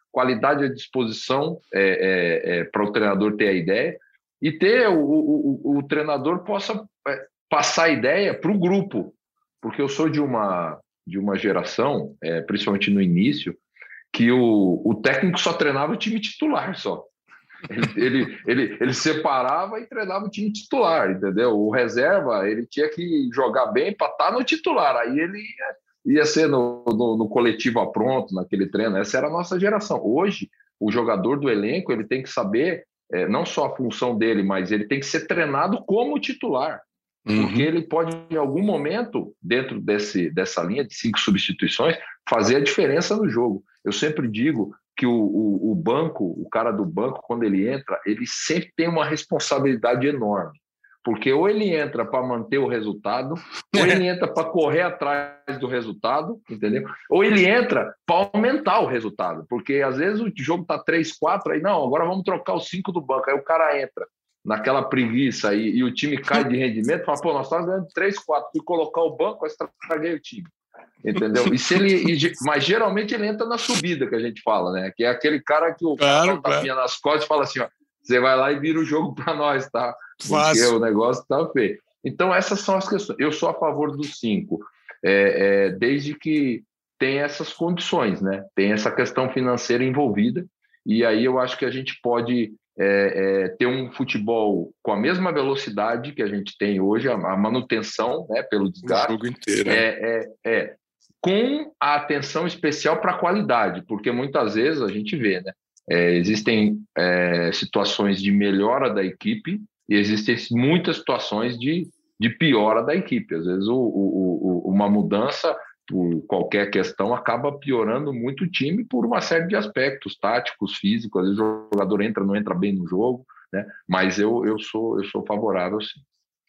qualidade à disposição é, é, é, para o treinador ter a ideia e ter o, o, o, o treinador possa passar a ideia para o grupo, porque eu sou de uma, de uma geração, é, principalmente no início, que o, o técnico só treinava o time titular só. Ele, ele, ele, ele separava e treinava o time titular, entendeu? O reserva, ele tinha que jogar bem para estar no titular, aí ele ia, ia ser no, no, no coletivo a pronto, naquele treino. Essa era a nossa geração. Hoje, o jogador do elenco, ele tem que saber, é, não só a função dele, mas ele tem que ser treinado como titular, uhum. porque ele pode, em algum momento, dentro desse, dessa linha de cinco substituições, fazer a diferença no jogo. Eu sempre digo que o, o, o banco, o cara do banco, quando ele entra, ele sempre tem uma responsabilidade enorme. Porque ou ele entra para manter o resultado, ou ele entra para correr atrás do resultado, entendeu? Ou ele entra para aumentar o resultado. Porque às vezes o jogo está três, quatro, aí não, agora vamos trocar os cinco do banco. Aí o cara entra naquela preguiça e, e o time cai de rendimento, fala, pô, nós estamos ganhando três, quatro, fui colocar o banco, eu estraguei o time. Entendeu? E se ele, e, mas geralmente ele entra na subida, que a gente fala, né? Que é aquele cara que o claro, cara tá tapinha nas costas e fala assim, ó, você vai lá e vira o jogo para nós, tá? Porque Fácil. o negócio tá feio. Então essas são as questões. Eu sou a favor dos cinco, é, é, desde que tem essas condições, né? Tem essa questão financeira envolvida, e aí eu acho que a gente pode é, é, ter um futebol com a mesma velocidade que a gente tem hoje, a, a manutenção, né, pelo desgaste. O jogo inteiro. É, é, é, com a atenção especial para a qualidade, porque muitas vezes a gente vê, né? É, existem é, situações de melhora da equipe e existem muitas situações de, de piora da equipe. Às vezes o, o, o, uma mudança por qualquer questão acaba piorando muito o time por uma série de aspectos táticos, físicos. Às vezes o jogador entra, não entra bem no jogo, né? Mas eu, eu, sou, eu sou favorável, sim.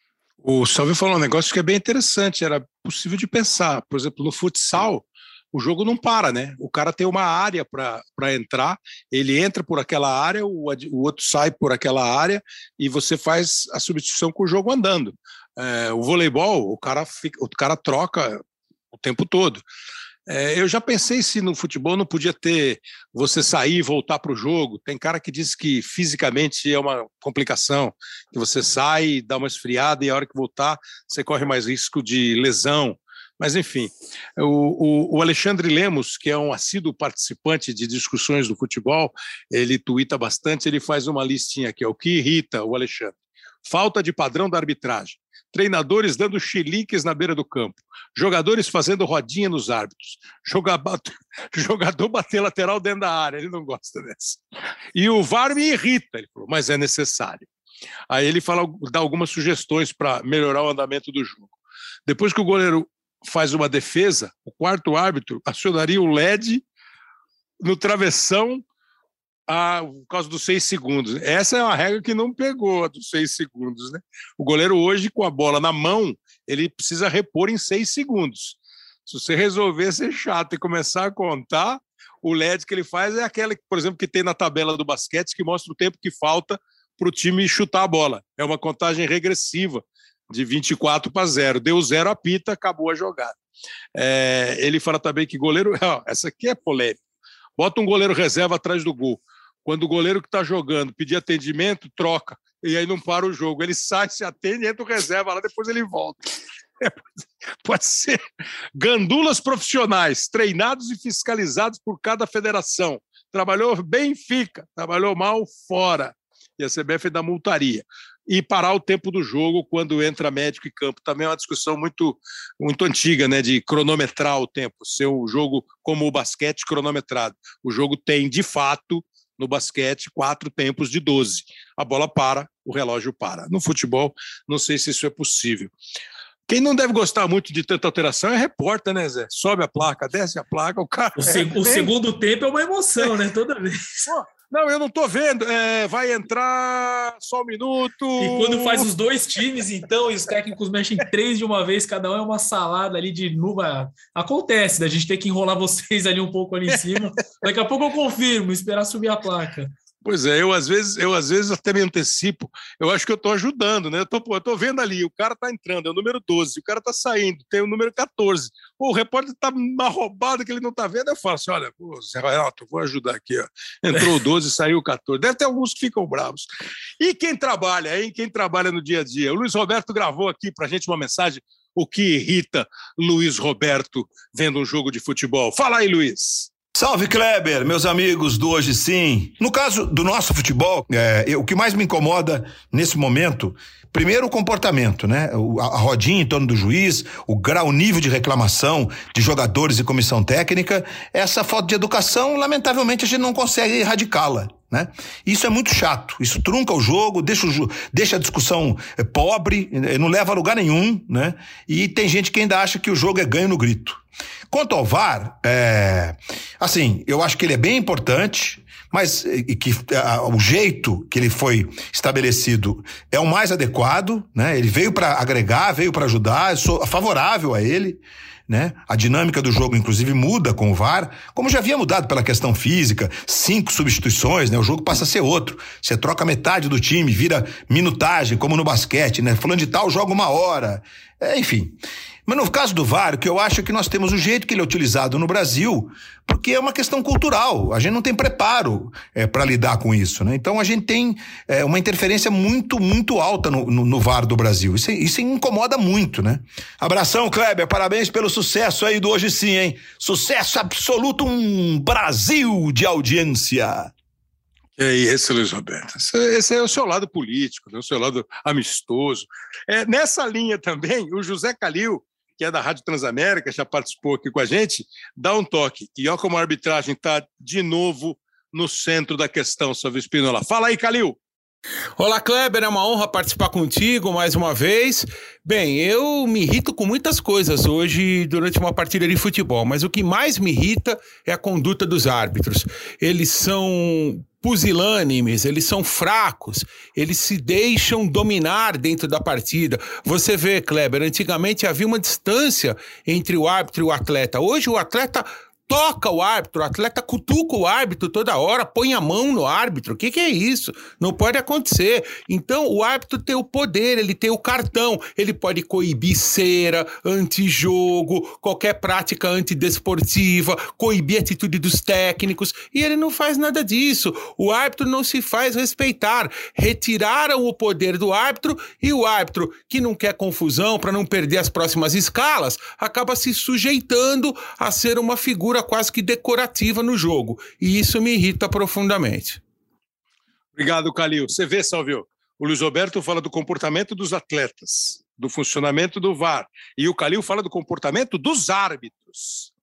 O Salvio falou um negócio que é bem interessante, era possível de pensar. Por exemplo, no futsal, o jogo não para, né? O cara tem uma área para entrar, ele entra por aquela área, o, o outro sai por aquela área e você faz a substituição com o jogo andando. É, o voleibol, o cara, fica, o cara troca o tempo todo. É, eu já pensei se no futebol não podia ter você sair e voltar para o jogo. Tem cara que diz que fisicamente é uma complicação, que você sai, dá uma esfriada e a hora que voltar você corre mais risco de lesão. Mas, enfim, o, o, o Alexandre Lemos, que é um assíduo participante de discussões do futebol, ele tuita bastante, ele faz uma listinha aqui, é o que irrita o Alexandre. Falta de padrão da arbitragem, treinadores dando chiliques na beira do campo, jogadores fazendo rodinha nos árbitros, jogador, jogador bater lateral dentro da área, ele não gosta dessa. E o V A R me irrita, ele falou, mas é necessário. Aí ele fala, dá algumas sugestões para melhorar o andamento do jogo. Depois que o goleiro faz uma defesa, o quarto árbitro acionaria o L E D no travessão a, por causa dos seis segundos. Essa é uma regra que não pegou, a dos seis segundos, né? O goleiro hoje, com a bola na mão, ele precisa repor em seis segundos. Se você resolver ser chato e começar a contar, o L E D que ele faz é aquele, por exemplo, que tem na tabela do basquete, que mostra o tempo que falta para o time chutar a bola. É uma contagem regressiva de vinte e quatro para zero. Deu zero, apita, acabou a jogada. É, ele fala também que goleiro... Ó, essa aqui é polêmica. Bota um goleiro reserva atrás do gol. Quando o goleiro que está jogando pedir atendimento, troca. E aí não para o jogo. Ele sai, se atende, entra o reserva lá, depois ele volta. É, pode ser. Gandulas profissionais, treinados e fiscalizados por cada federação. Trabalhou bem, fica. Trabalhou mal, fora. E a C B F ainda multaria. E parar o tempo do jogo quando entra médico em campo. Também é uma discussão muito, muito antiga, né, de cronometrar o tempo. Ser o jogo como o basquete cronometrado. O jogo tem, de fato, no basquete, quatro tempos de doze. A bola para, o relógio para. No futebol, não sei se isso é possível. Quem não deve gostar muito de tanta alteração é repórter, né, Zé? Sobe a placa, desce a placa, o cara... O, seg- é, o segundo tempo é uma emoção, né? Toda vez. Pô, não, eu não tô vendo. É, vai entrar só um minuto. E quando faz os dois times, então, e os técnicos mexem três de uma vez, cada um é uma salada ali de nuvem. Acontece, da gente ter que enrolar vocês ali um pouco ali em cima. Daqui a pouco eu confirmo, esperar subir a placa. Pois é, eu às vezes, eu às vezes até me antecipo, eu acho que eu estou ajudando, né? Eu tô, pô, eu tô vendo ali, o cara está entrando, é o número doze, o cara está saindo, tem o número catorze. Pô, o repórter está uma roubada que ele não está vendo, eu falo assim, olha, pô, Zé Renato, vou ajudar aqui, ó. Entrou o doze, saiu o catorze. Deve ter alguns que ficam bravos. E quem trabalha, hein? Quem trabalha no dia a dia? O Luiz Roberto gravou aqui para a gente uma mensagem, o que irrita Luiz Roberto vendo um jogo de futebol. Fala aí, Luiz. Salve, Kleber, meus amigos do Hoje Sim. No caso do nosso futebol, é, eu, o que mais me incomoda nesse momento, primeiro o comportamento, né? O, a, a rodinha em torno do juiz, o grau, o nível de reclamação de jogadores e comissão técnica, essa falta de educação, lamentavelmente, a gente não consegue erradicá-la. Né? Isso é muito chato, isso trunca o jogo, deixa, o, deixa a discussão é, pobre, não leva a lugar nenhum, né? E tem gente que ainda acha que o jogo é ganho no grito. Quanto ao V A R, é, assim, eu acho que ele é bem importante, mas e que a, o jeito que ele foi estabelecido é o mais adequado, né? Ele veio para agregar, veio para ajudar, eu sou favorável a ele. Né? A dinâmica do jogo, inclusive, muda com o V A R, como já havia mudado pela questão física, cinco substituições, né? O jogo passa a ser outro. Você troca metade do time, vira minutagem, como no basquete, né? Fulano de tal joga uma hora. É, enfim. Mas no caso do V A R, o que eu acho é que nós temos o jeito que ele é utilizado no Brasil, porque é uma questão cultural. A gente não tem preparo é, para lidar com isso, né? Então a gente tem é, uma interferência muito, muito alta no, no, no V A R do Brasil. Isso, isso incomoda muito, né? Abração, Kleber. Parabéns pelo sucesso aí do Hoje Sim, hein? Sucesso absoluto, um Brasil de audiência. É isso, Luiz Roberto. Esse, esse é o seu lado político, né? O seu lado amistoso. É, nessa linha também, o José Calil, que é da Rádio Transamérica, já participou aqui com a gente, dá um toque. E olha como a arbitragem está de novo no centro da questão, Silvio Spínola. Fala aí, Calil. Olá, Kleber, é uma honra participar contigo mais uma vez. Bem, eu me irrito com muitas coisas hoje durante uma partida de futebol, mas o que mais me irrita é a conduta dos árbitros. Eles são pusilânimes, eles são fracos, eles se deixam dominar dentro da partida. Você vê, Kleber, antigamente havia uma distância entre o árbitro e o atleta. Hoje o atleta toca o árbitro, o atleta cutuca o árbitro toda hora, põe a mão no árbitro. O que, que é isso? Não pode acontecer. Então, o árbitro tem o poder, ele tem o cartão, ele pode coibir cera, antijogo, qualquer prática antidesportiva, coibir a atitude dos técnicos, e ele não faz nada disso. O árbitro não se faz respeitar. Retiraram o poder do árbitro e o árbitro, que não quer confusão para não perder as próximas escalas, acaba se sujeitando a ser uma figura quase que decorativa no jogo. E isso me irrita profundamente. Obrigado, Calil. Você vê, Salvio, o Luiz Roberto fala do comportamento dos atletas, do funcionamento do V A R, e o Calil fala do comportamento dos árbitros.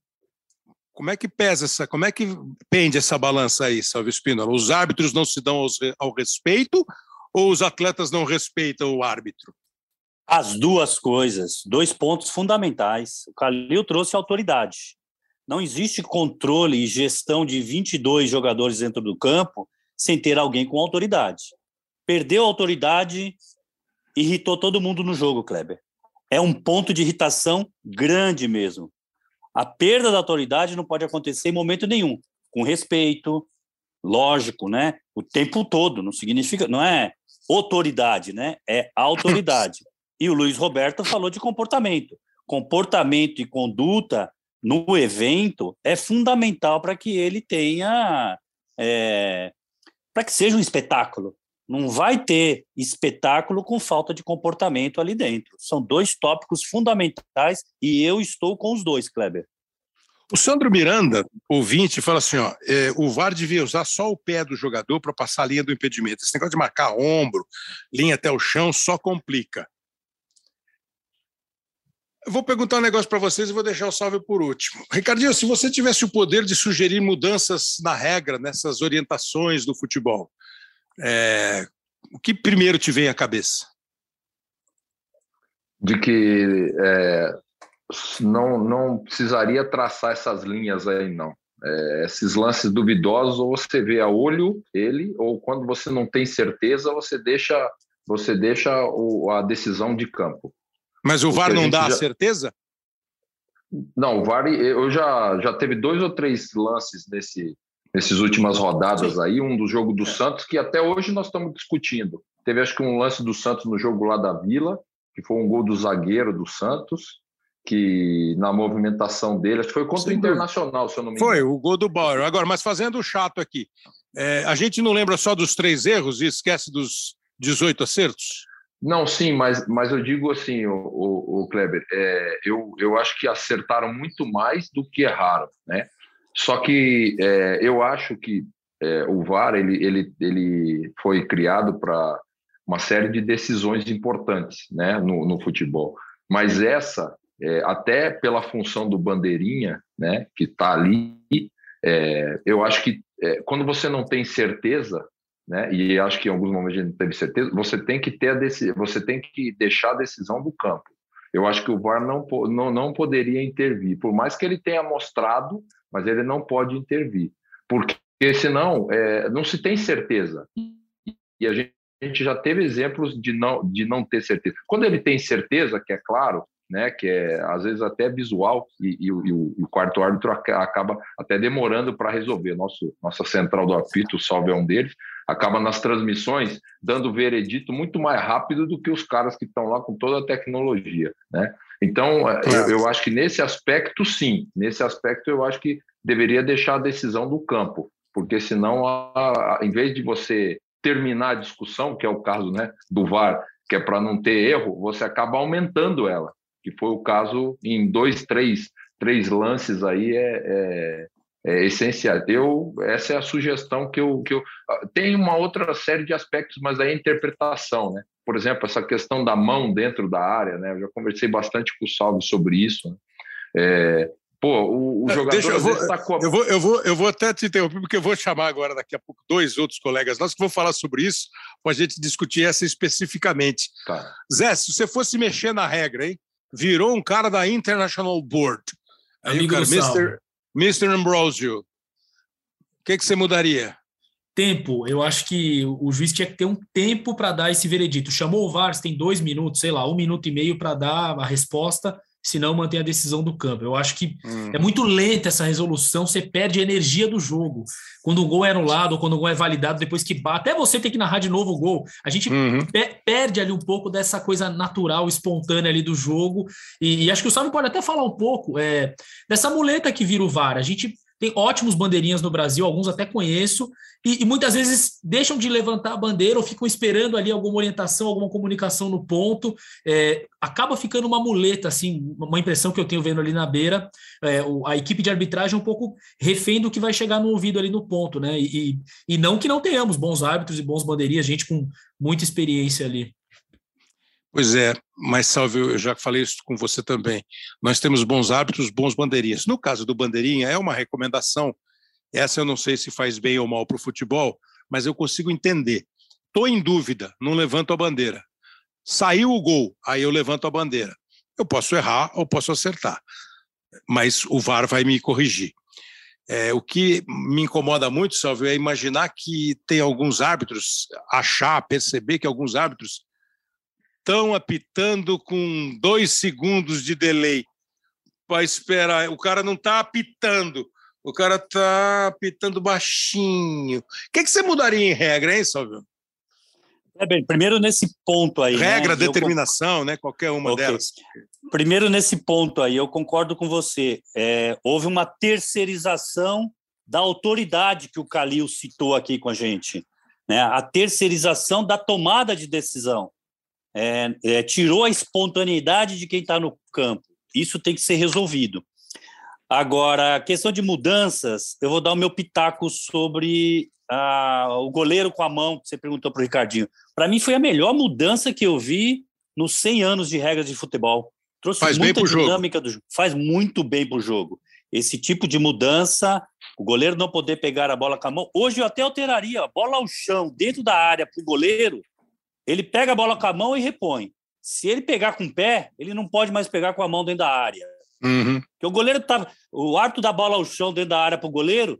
Como é que pesa essa, como é que pende essa balança aí, Salvio Spínola? Os árbitros não se dão aos, ao respeito ou os atletas não respeitam o árbitro? As duas coisas, dois pontos fundamentais. O Calil trouxe autoridade. Não existe controle e gestão de vinte e dois jogadores dentro do campo sem ter alguém com autoridade. Perdeu a autoridade, irritou todo mundo no jogo, Kleber. É um ponto de irritação grande mesmo. A perda da autoridade não pode acontecer em momento nenhum. Com respeito, lógico, né? O tempo todo, não significa, não é autoridade, né? É autoridade. E o Luiz Roberto falou de comportamento. Comportamento e conduta no evento é fundamental para que ele tenha, é, para que seja um espetáculo. Não vai ter espetáculo com falta de comportamento ali dentro. São dois tópicos fundamentais e eu estou com os dois, Kleber. O Sandro Miranda, ouvinte, fala assim, ó, é, o V A R devia usar só o pé do jogador para passar a linha do impedimento. Esse negócio de marcar ombro, linha até o chão, só complica. Eu vou perguntar um negócio para vocês e vou deixar o Salve por último. Ricardinho, se você tivesse o poder de sugerir mudanças na regra, nessas orientações do futebol, é, o que primeiro te vem à cabeça? De que é, não, não precisaria traçar essas linhas aí, não. É, esses lances duvidosos, ou você vê a olho ele, ou quando você não tem certeza, você deixa, você deixa o, a decisão de campo. Mas o V A R não dá já... a certeza? Não, o V A R, eu já, já teve dois ou três lances nesse, Nessas últimas rodadas aí, um do jogo do Santos, que até hoje nós estamos discutindo. Teve, acho que, um lance do Santos no jogo lá da Vila, que foi um gol do zagueiro do Santos, que na movimentação dele, acho que foi contra o Internacional, se eu não me engano. Foi, o gol do Bauer. Agora, mas fazendo o chato aqui, é, a gente não lembra só dos três erros e esquece dos dezoito acertos? Não, sim, mas, mas eu digo assim, o, o, o Kleber, é, eu, eu acho que acertaram muito mais do que erraram, né? Só que é, eu acho que é, o V A R ele, ele, ele foi criado para uma série de decisões importantes, né, no, no futebol. Mas essa, é, até pela função do bandeirinha, né, que está ali, é, eu acho que é, quando você não tem certeza, né, e acho que em alguns momentos a gente não teve certeza, você tem que ter a decisão, você tem que deixar a decisão do campo. Eu acho que o V A R não, não, não poderia intervir, por mais que ele tenha mostrado, mas ele não pode intervir, porque senão é, não se tem certeza. E a gente, a gente já teve exemplos de não, de não ter certeza. Quando ele tem certeza, que é claro, né, que é às vezes até visual, e, e, e, o, e o quarto árbitro acaba até demorando para resolver. Nosso, nossa central do apito, o Salve é um deles, acaba nas transmissões dando veredito muito mais rápido do que os caras que estão lá com toda a tecnologia, né? Então, eu, eu acho que nesse aspecto, sim, nesse aspecto eu acho que deveria deixar a decisão do campo, porque senão, a, a, em vez de você terminar a discussão, que é o caso, né, do V A R, que é para não ter erro, você acaba aumentando ela, que foi o caso em dois, três, três lances aí, é, é, é essencial. Eu, essa é a sugestão que eu, que eu... Tem uma outra série de aspectos, mas aí é interpretação, né? Por exemplo, essa questão da mão dentro da área, né? Eu já conversei bastante com o Salve sobre isso, né? É, pô, o, o jogador... Deixa, eu, vou, tá com a... eu, vou, eu, vou, eu vou até te interromper, porque eu vou chamar agora, daqui a pouco, dois outros colegas nossos que vão falar sobre isso, para a gente discutir essa especificamente. Tá. Zé, se você fosse mexer na regra, hein? Virou um cara da International Board. Aí Amigo o cara, do mister mister Ambrosio, o que, que você mudaria? Tempo. Eu acho que o juiz tinha que ter um tempo para dar esse veredito. Chamou o V A R, você tem dois minutos, sei lá, um minuto e meio para dar a resposta, senão mantém a decisão do campo. Eu acho que hum. é muito lenta essa resolução, você perde a energia do jogo. Quando o gol é anulado ou quando o gol é validado, depois que bate, até você tem que narrar de novo o gol. A gente uhum. pe- perde ali um pouco dessa coisa natural, espontânea ali do jogo. E, e acho que o Sábio pode até falar um pouco é, dessa muleta que vira o V A R. A gente tem ótimos bandeirinhas no Brasil, alguns até conheço, e, e muitas vezes deixam de levantar a bandeira ou ficam esperando ali alguma orientação, alguma comunicação no ponto. É, acaba ficando uma muleta, assim, uma impressão que eu tenho vendo ali na beira. É, o, a equipe de arbitragem é um pouco refém do que vai chegar no ouvido ali no ponto, né? E, e não que não tenhamos bons árbitros e bons bandeirinhas, gente com muita experiência ali. Pois é, mas Salve, eu já falei isso com você também. Nós temos bons árbitros, bons bandeirinhas. No caso do bandeirinha, é uma recomendação. Essa eu não sei se faz bem ou mal para o futebol, mas eu consigo entender. Estou em dúvida, não levanto a bandeira. Saiu o gol, aí eu levanto a bandeira. Eu posso errar ou posso acertar, mas o V A R vai me corrigir. É, o que me incomoda muito, Salve, é imaginar que tem alguns árbitros, achar, perceber que alguns árbitros estão apitando com dois segundos de delay para esperar. O cara não está apitando, o cara está apitando baixinho. O que, que você mudaria em regra, hein, Salvio? É bem, primeiro nesse ponto aí. Regra, né, determinação, eu... né? Qualquer uma okay. delas. Primeiro nesse ponto aí, eu concordo com você. É, houve uma terceirização da autoridade que o Calil citou aqui com a gente, né? A terceirização da tomada de decisão. É, é, tirou a espontaneidade de quem está no campo. Isso tem que ser resolvido. Agora, a questão de mudanças, eu vou dar o meu pitaco sobre a, o goleiro com a mão, que você perguntou para o Ricardinho. Para mim, foi a melhor mudança que eu vi nos cem anos de regras de futebol. Trouxe Faz muita bem pro dinâmica jogo. do jogo. Faz muito bem para o jogo. Esse tipo de mudança, o goleiro não poder pegar a bola com a mão. Hoje eu até alteraria a bola ao chão, dentro da área, para o goleiro. Ele pega a bola com a mão e repõe. Se ele pegar com o pé, ele não pode mais pegar com a mão dentro da área. Uhum. Porque o goleiro tá, o árbitro dá bola ao chão dentro da área para o goleiro,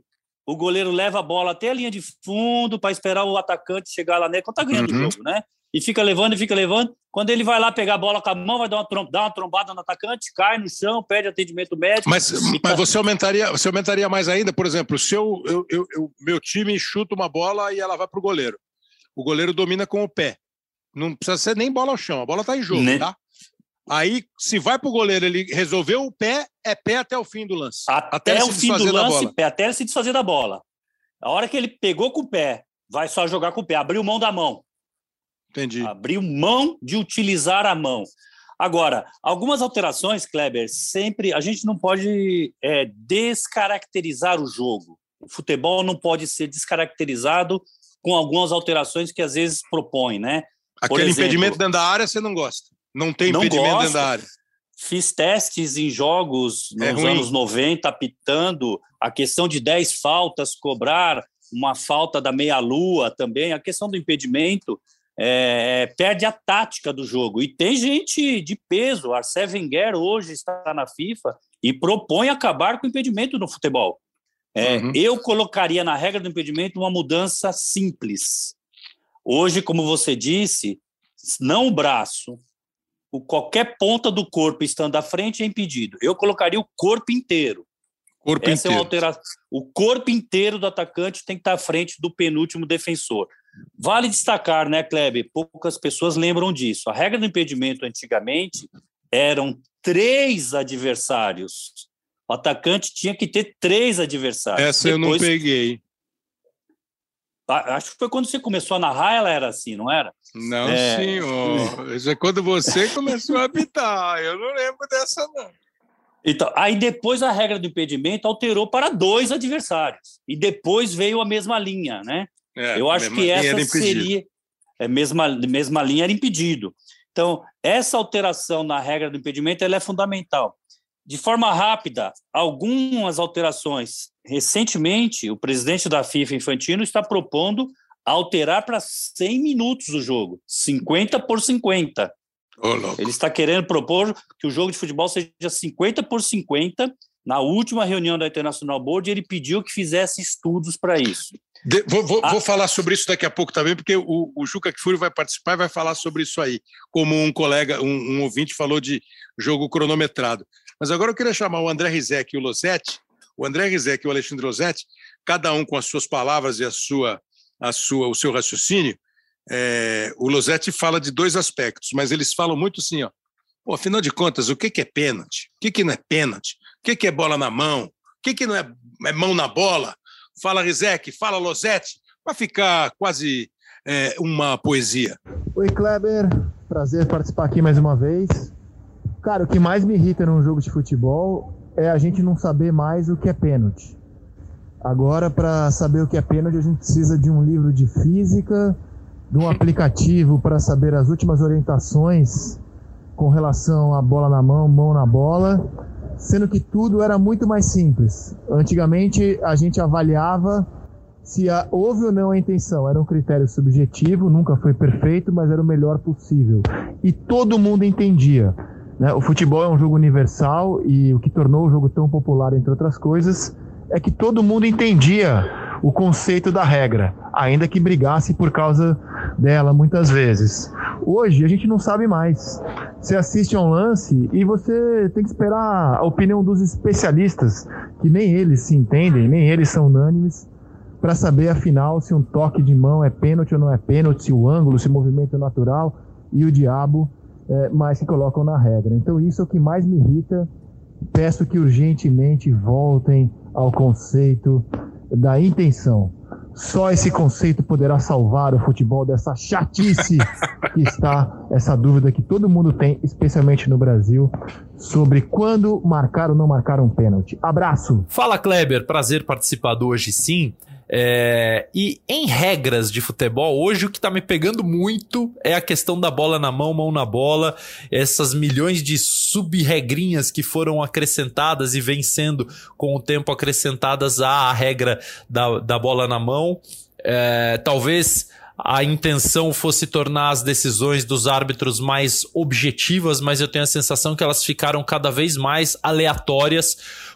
o goleiro leva a bola até a linha de fundo para esperar o atacante chegar lá nele, quando tá ganhando Uhum. o jogo, né? E fica levando e fica levando. Quando ele vai lá pegar a bola com a mão, vai dar uma, trom- dar uma trombada no atacante, cai no chão, pede atendimento médico. Mas, E mas tá- você, aumentaria, você aumentaria mais ainda, por exemplo, se eu, eu, eu, eu- meu time chuta uma bola e ela vai para o goleiro. O goleiro domina com o pé. Não precisa ser nem bola ao chão, a bola está em jogo, Ne- tá? Aí, se vai para o goleiro, ele resolveu o pé, é pé até o fim do lance. Até, ele o se fim do desfazer da lance, bola. pé, até ele se desfazer da bola. A hora que ele pegou com o pé, vai só jogar com o pé, abriu mão da mão. Entendi. Abriu mão de utilizar a mão. Agora, algumas alterações, Kleber, sempre a gente não pode é, descaracterizar o jogo. O futebol não pode ser descaracterizado com algumas alterações que às vezes propõe, né? Por Aquele exemplo, impedimento dentro da área, você não gosta. Não tem Não impedimento gosto. dentro da área. Fiz testes em jogos É nos ruim. anos noventa, apitando a questão de dez faltas, cobrar uma falta da meia-lua também, a questão do impedimento é, perde a tática do jogo. E tem gente de peso, Arsène Wenger hoje está na FIFA e propõe acabar com o impedimento no futebol. É, Uhum. Eu colocaria na regra do impedimento uma mudança simples. Hoje, como você disse, não o braço, o qualquer ponta do corpo estando à frente é impedido. Eu colocaria o corpo inteiro. Corpo Essa é uma inteiro. alteração. O corpo inteiro do atacante tem que estar à frente do penúltimo defensor. Vale destacar, né, Kleber? Poucas pessoas lembram disso. A regra do impedimento antigamente eram três adversários. O atacante tinha que ter três adversários. Essa eu não Depois, peguei. a- acho que foi quando você começou a narrar, ela era assim, não era? Não, É. senhor. Isso é quando você começou a apitar. Eu não lembro dessa, não. Então, aí depois a regra do impedimento alterou para dois adversários. E depois veio a mesma linha, né? É, Eu acho mesma que linha essa era impedido. seria a mesma, mesma linha, era impedido. Então, essa alteração na regra do impedimento ela é fundamental. De forma rápida, algumas alterações. Recentemente, o presidente da FIFA, Infantino, está propondo alterar para cem minutos o jogo, cinquenta por cinquenta. Ô, louco. Ele está querendo propor que o jogo de futebol seja cinquenta por cinquenta. Na última reunião da International Board, ele pediu que fizesse estudos para isso. De- vou, vou- Ah. vou falar sobre isso daqui a pouco também, porque o, o Juca Kfouri vai participar e vai falar sobre isso aí, como um colega, um, um ouvinte falou de jogo cronometrado. Mas agora eu queria chamar o André Rizek e o Losetti, o André Rizek e o Alexandre Losetti, cada um com as suas palavras e a sua, a sua, o seu raciocínio. É, o Losetti fala de dois aspectos, mas eles falam muito assim, ó, pô, afinal de contas, o que, que é pênalti? O que, que não é pênalti? O que, que é bola na mão? O que, que não é, é mão na bola? Fala Rizek, fala Losetti, para ficar quase é, uma poesia. Oi, Kleber. Prazer participar aqui mais uma vez. Cara, o que mais me irrita num jogo de futebol é a gente não saber mais o que é pênalti. Agora, para saber o que é pênalti, a gente precisa de um livro de física, de um aplicativo para saber as últimas orientações com relação à bola na mão, mão na bola, sendo que tudo era muito mais simples. Antigamente, a gente avaliava se a, houve ou não a intenção. Era um critério subjetivo, nunca foi perfeito, mas era o melhor possível. E todo mundo entendia, né? O futebol é um jogo universal e o que tornou o jogo tão popular, entre outras coisas, é que todo mundo entendia o conceito da regra, ainda que brigasse por causa dela muitas vezes. Hoje a gente não sabe mais. Você assiste a um lance e você tem que esperar a opinião dos especialistas, que nem eles se entendem, nem eles são unânimes, para saber afinal se um toque de mão é pênalti ou não é pênalti, se o ângulo, se o movimento é natural e o diabo é, mais se colocam na regra. Então isso é o que mais me irrita. Peço que urgentemente voltem ao conceito da intenção. Só esse conceito poderá salvar o futebol dessa chatice que está, essa dúvida que todo mundo tem, especialmente no Brasil, sobre quando marcar ou não marcar um pênalti. Abraço! Fala, Kleber, prazer participar do Hoje Sim. É, e em regras de futebol, hoje o que tá me pegando muito é a questão da bola na mão, mão na bola, essas milhões de sub-regrinhas que foram acrescentadas e vêm sendo com o tempo acrescentadas à regra da, da bola na mão. É, talvez a intenção fosse tornar as decisões dos árbitros mais objetivas, mas eu tenho a sensação que elas ficaram cada vez mais aleatórias,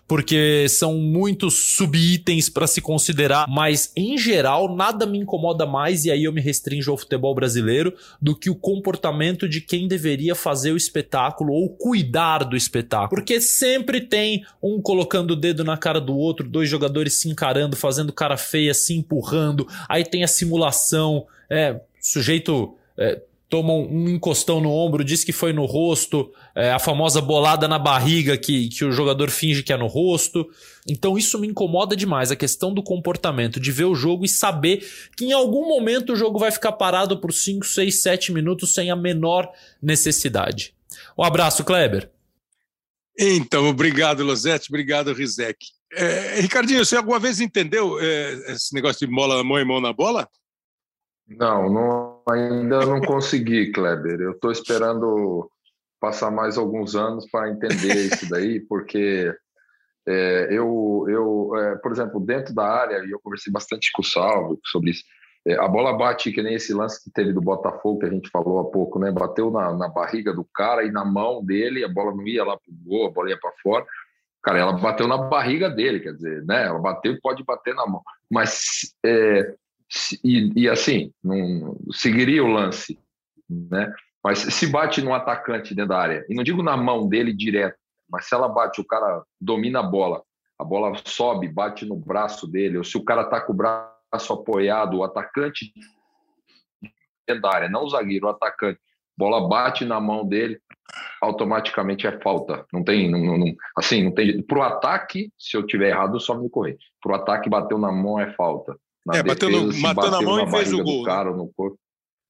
porque são muitos subitens para se considerar, mas em geral nada me incomoda mais, e aí eu me restringo ao futebol brasileiro, do que o comportamento de quem deveria fazer o espetáculo ou cuidar do espetáculo, porque sempre tem um colocando o dedo na cara do outro, dois jogadores se encarando, fazendo cara feia, se empurrando, aí tem a simulação, é, sujeito... É, toma um encostão no ombro, diz que foi no rosto, é, a famosa bolada na barriga que, que o jogador finge que é no rosto. Então isso me incomoda demais, a questão do comportamento, de ver o jogo e saber que em algum momento o jogo vai ficar parado por cinco, seis, sete minutos sem a menor necessidade. Um abraço, Kleber. Então, obrigado, Losetti, obrigado, Rizek. É, Ricardinho, você alguma vez entendeu é, esse negócio de bola na mão e mão na bola? Não, não, ainda não consegui, Kleber. Eu estou esperando passar mais alguns anos para entender isso daí, porque é, eu, eu é, por exemplo, dentro da área, e eu conversei bastante com o Salvo sobre isso, é, a bola bate, que nem esse lance que teve do Botafogo, que a gente falou há pouco, né? Bateu na, na barriga do cara e na mão dele, a bola não ia lá para o gol, a bola ia para fora. Cara, ela bateu na barriga dele, quer dizer, né? Ela bateu e pode bater na mão. Mas... É, E, e assim, não seguiria o lance, né? Mas se bate no atacante dentro da área, e não digo na mão dele direto, mas se ela bate, o cara domina a bola, a bola sobe, bate no braço dele, ou se o cara tá com o braço apoiado, o atacante dentro da área, não o zagueiro, o atacante, bola bate na mão dele, automaticamente é falta. Não tem, não, não, assim, não tem. Pro ataque, se eu tiver errado, só me correr. Pro ataque, bateu na mão é falta. Na é, bateu, defesa, no, se bateu na mão na e fez o gol. Cara, no corpo.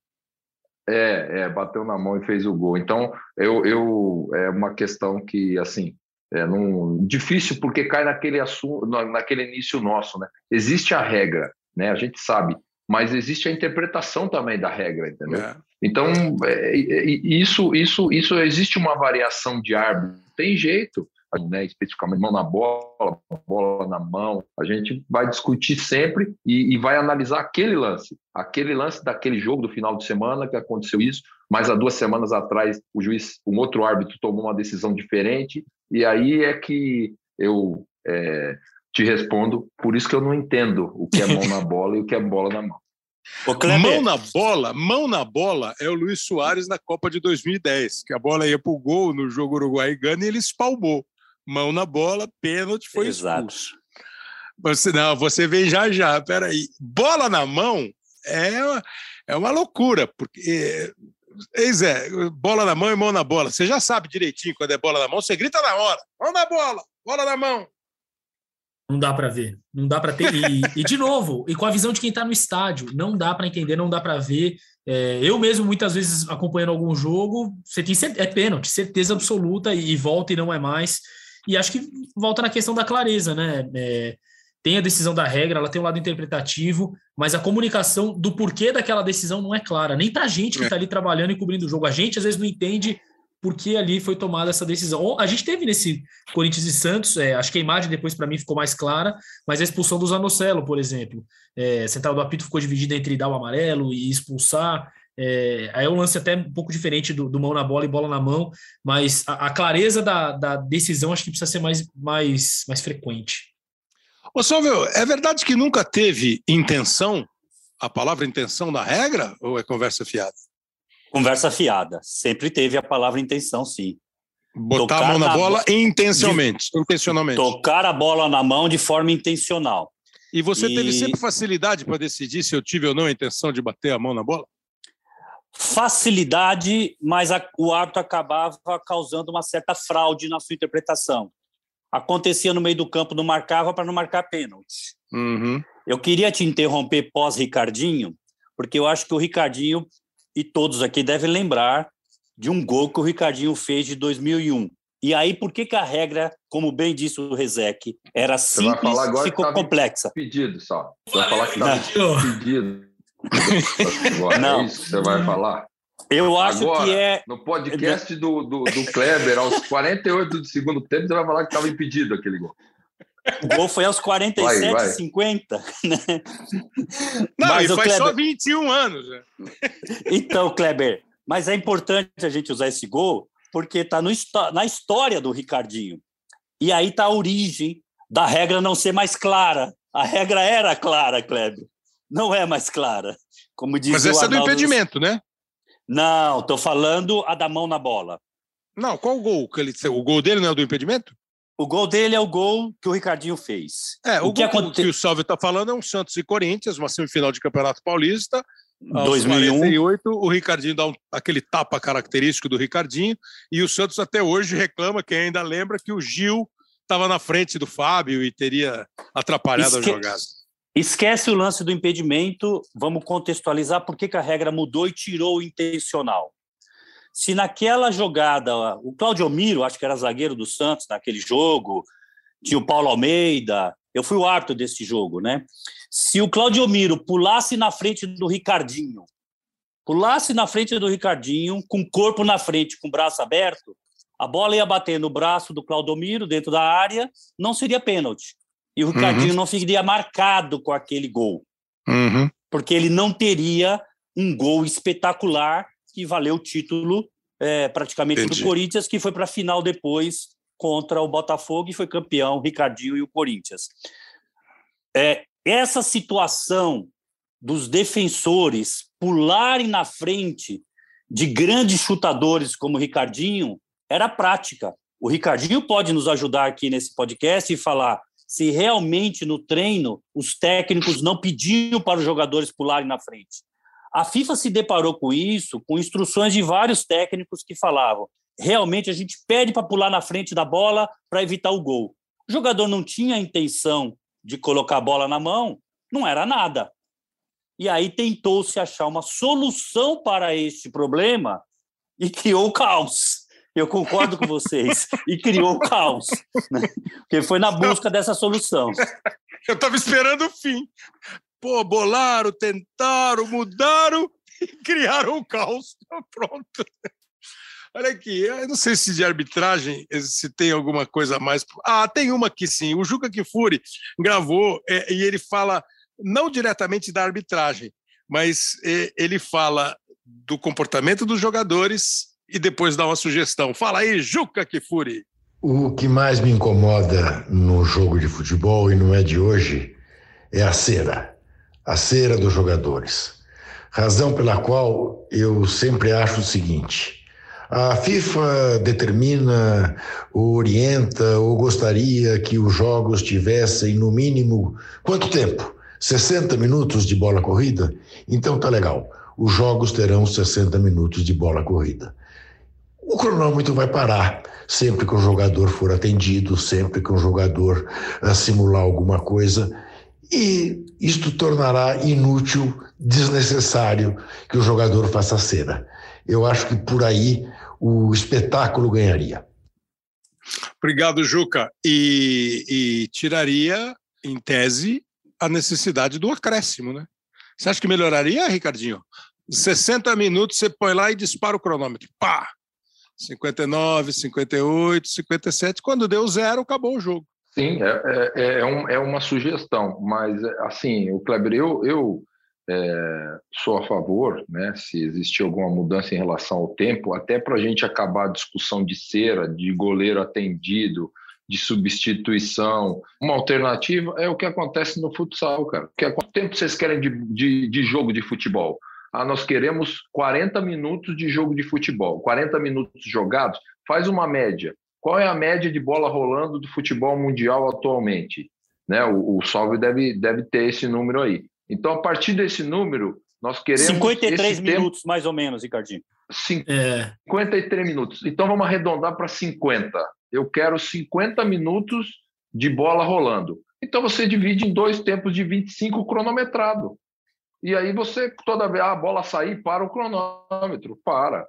É, é, bateu na mão e fez o gol. Então, eu, eu é uma questão que, assim, é não, difícil porque cai naquele assunto, naquele início nosso, né? Existe a regra, né? A gente sabe, mas existe a interpretação também da regra, entendeu? É. Então, é, isso, isso, isso existe uma variação de árbitro. Tem jeito. Né, especificamente mão na bola, bola na mão, a gente vai discutir sempre e, e vai analisar aquele lance, aquele lance daquele jogo do final de semana que aconteceu isso, mas há duas semanas atrás o juiz, um outro árbitro tomou uma decisão diferente, e aí é que eu é, te respondo, por isso que eu não entendo o que é mão na bola e o que é bola na mão. Mão na bola, mão na bola é o Luiz Soares na Copa de dois mil e dez, que a bola ia pro gol no jogo Uruguai e Gana e ele espalmou. Mão na bola, pênalti, foi Exato. expulso. Você, não, você vem já já, peraí. Bola na mão é uma, é uma loucura, porque, eis é, bola na mão e mão na bola. Você já sabe direitinho quando é bola na mão, você grita na hora. Mão na bola, bola na mão. Não dá para ver, não dá para ter. E, e, de novo, e com a visão de quem está no estádio, não dá para entender, não dá para ver. É, eu mesmo, muitas vezes, acompanhando algum jogo, você tem certeza, é pênalti, certeza absoluta, e, e volta e não é mais. E acho que volta na questão da clareza, né? É, tem a decisão da regra, ela tem um lado interpretativo, mas a comunicação do porquê daquela decisão não é clara, nem pra gente que está ali trabalhando e cobrindo o jogo. A gente, às vezes, não entende por que ali foi tomada essa decisão. A gente teve nesse Corinthians e Santos, é, acho que a imagem depois, para mim, ficou mais clara, mas a expulsão do Zanocelo, por exemplo. É, a central do apito ficou dividida entre dar o amarelo e expulsar. É, aí é um lance até um pouco diferente do, do mão na bola e bola na mão, mas a, a clareza da, da decisão acho que precisa ser mais, mais, mais frequente. Ô, Silvio, é verdade que nunca teve intenção, a palavra intenção na regra, ou é conversa fiada? Conversa fiada. Sempre teve a palavra intenção, sim. Botar tocar a mão na, na bola bo... intencionalmente, de... intencionalmente. Tocar a bola na mão de forma intencional. E você e... teve sempre facilidade para decidir se eu tive ou não a intenção de bater a mão na bola? Facilidade, mas a, o árbitro acabava causando uma certa fraude na sua interpretação. Acontecia no meio do campo, não marcava para não marcar pênalti. Uhum. Eu queria te interromper pós-Ricardinho, porque eu acho que o Ricardinho, e todos aqui devem lembrar de um gol que o Ricardinho fez de dois mil e um. E aí, por que, que a regra, como bem disse o Rezec, era simples e ficou complexa? Pedido só. Você vai falar que estava pedido. Agora, não. É isso que você vai falar? Eu acho Agora, que é... no podcast do, do, do Kleber, aos quarenta e oito do segundo tempo, você vai falar que estava impedido aquele gol. O gol foi aos quarenta e sete e cinquenta, né? Não, mas e faz Kleber... só vinte e um anos. Né? Então, Kleber, mas é importante a gente usar esse gol porque está na história do Ricardinho. E aí está a origem da regra não ser mais clara. A regra era clara, Kleber. Não é mais clara. Como diz Mas essa o é do Arnaldo... impedimento, né? Não, estou falando a da mão na bola. Não, qual o gol? Que ele... O gol dele não é o do impedimento? O gol dele é o gol que o Ricardinho fez. É, o, o que, gol aconte... que o Salve está falando é um Santos e Corinthians, uma semifinal de Campeonato Paulista. dois mil e um. quarenta e oito, o Ricardinho dá um, aquele tapa característico do Ricardinho, e o Santos até hoje reclama, quem ainda lembra, que o Gil estava na frente do Fábio e teria atrapalhado Esque... a jogada. Esquece o lance do impedimento, vamos contextualizar por que, que a regra mudou e tirou o intencional. Se naquela jogada, o Claudio Miro, acho que era zagueiro do Santos naquele jogo, tinha o Paulo Almeida, eu fui o árbitro desse jogo, né? Se o Claudio Miro pulasse na frente do Ricardinho, pulasse na frente do Ricardinho, com o corpo na frente, com o braço aberto, a bola ia bater no braço do Claudio Miro, dentro da área, não seria pênalti. E o Ricardinho uhum. não ficaria marcado com aquele gol. Uhum. Porque ele não teria um gol espetacular que valeu o título é, praticamente Entendi. do Corinthians, que foi para a final depois contra o Botafogo e foi campeão, Ricardinho e o Corinthians. É, essa situação dos defensores pularem na frente de grandes chutadores como o Ricardinho era prática. O Ricardinho pode nos ajudar aqui nesse podcast e falar se realmente no treino os técnicos não pediam para os jogadores pularem na frente. A FIFA se deparou com isso, com instruções de vários técnicos que falavam realmente a gente pede para pular na frente da bola para evitar o gol. O jogador não tinha a intenção de colocar a bola na mão, não era nada. E aí tentou-se achar uma solução para este problema e criou o caos. Eu concordo com vocês. E criou o caos. Né? Porque foi na busca dessa solução. Eu estava esperando o fim. Pô, bolaram, tentaram, mudaram e criaram o caos. Pronto. Olha aqui, eu não sei se de arbitragem, se tem alguma coisa a mais. Ah, tem uma aqui sim. O Juca Kfouri gravou é, e ele fala, não diretamente da arbitragem, mas é, ele fala do comportamento dos jogadores e depois dá uma sugestão. Fala aí, Juca Kfouri. O que mais me incomoda no jogo de futebol, e não é de hoje, é a cera. A cera dos jogadores. Razão pela qual eu sempre acho o seguinte: a FIFA determina, ou orienta, ou gostaria que os jogos tivessem no mínimo quanto tempo? sessenta minutos de bola corrida? Então tá legal. Os jogos terão sessenta minutos de bola corrida. O cronômetro vai parar sempre que o jogador for atendido, sempre que um jogador uh, simular alguma coisa, e isto tornará inútil, desnecessário que o jogador faça cera. Eu acho que por aí o espetáculo ganharia. Obrigado, Juca. E, e tiraria, em tese, a necessidade do acréscimo, né? Você acha que melhoraria, Ricardinho? sessenta minutos, você põe lá e dispara o cronômetro. Pá! cinquenta e nove, cinquenta e oito, cinquenta e sete. Quando deu zero, acabou o jogo. Sim, é, é, é, um, é uma sugestão, mas, assim, o Kleber, eu, eu é, sou a favor, né, se existir alguma mudança em relação ao tempo, até para a gente acabar a discussão de cera, de goleiro atendido, de substituição. Uma alternativa é o que acontece no futsal, cara. Quanto tempo vocês querem de, de, de jogo de futebol? Ah, nós queremos quarenta minutos de jogo de futebol. quarenta minutos jogados, faz uma média. Qual é a média de bola rolando do futebol mundial atualmente? Né? O, o Salve deve, deve ter esse número aí. Então, a partir desse número, nós queremos... cinquenta e três minutos, tempo... mais ou menos, Ricardinho. cinquenta e três minutos. Então, vamos arredondar para cinquenta. Eu quero cinquenta minutos de bola rolando. Então, você divide em dois tempos de vinte e cinco cronometrado. E aí você, toda vez, ah, a bola sair, para o cronômetro, para.